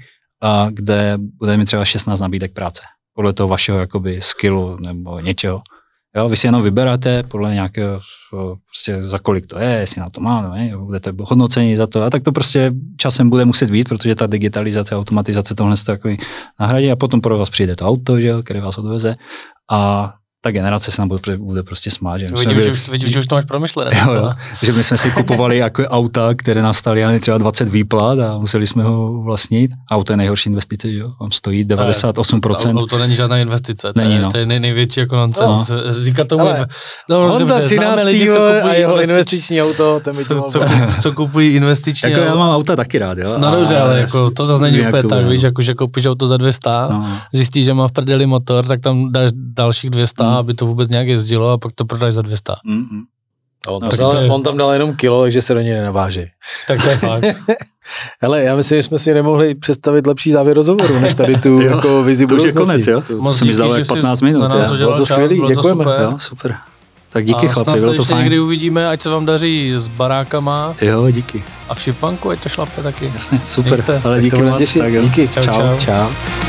S3: kde budete mít třeba 16 nabídek práce. Podle toho vašeho jakoby skillu nebo něčeho. Jo, vy si jenom vyberáte podle nějakého, prostě za kolik to je, jestli na to má, ne, budete hodnoceni za to a tak to prostě časem bude muset být, protože ta digitalizace, automatizace tohle se takový nahradí a potom pro vás přijde to auto, že jo, které vás odveze a ta generace se nám bude prostě smát.
S2: Vidím, že už to máš promyšlené.
S3: Jo, že my jsme si kupovali jako auta, které nás stály třeba 20 výplat a museli jsme ho vlastnit. Auto je nejhorší investice, že jo? Vám stojí 98%.
S2: Auto není žádná investice,
S3: to
S2: je největší jako nonsens. Říká tomu...
S1: Honza 13. a jeho investiční auto,
S2: co kupují investiční
S3: jako já mám auta taky rád, jo?
S2: No dobře, ale jako to zase není úplně tak, víš, jako že koupíš auto za 200, zjistíš, že má v prdeli motor, tak tam dáš dalších 200, aby to vůbec nějak jezdilo a pak to prodáš za 200.
S1: On tam dal jenom kilo, takže se do něj nenaváží.
S2: Tak to je fakt.
S1: Hele, já myslím, že jsme si nemohli představit lepší závěr rozhovoru, než tady tu jako vizi budoucnosti.
S3: To už je konec, jo? To se mi zdalo jak 15 minut.
S1: Bylo to skvělý, děkujeme.
S3: Jo, super. Tak díky chlapi, bylo to fajn.
S2: Někdy uvidíme, ať se vám daří s barákama.
S3: Jo, díky.
S2: A v Šipanku, ať to šlape taky.
S3: Jasně, super. Ale díky moc.
S1: Díky, čau.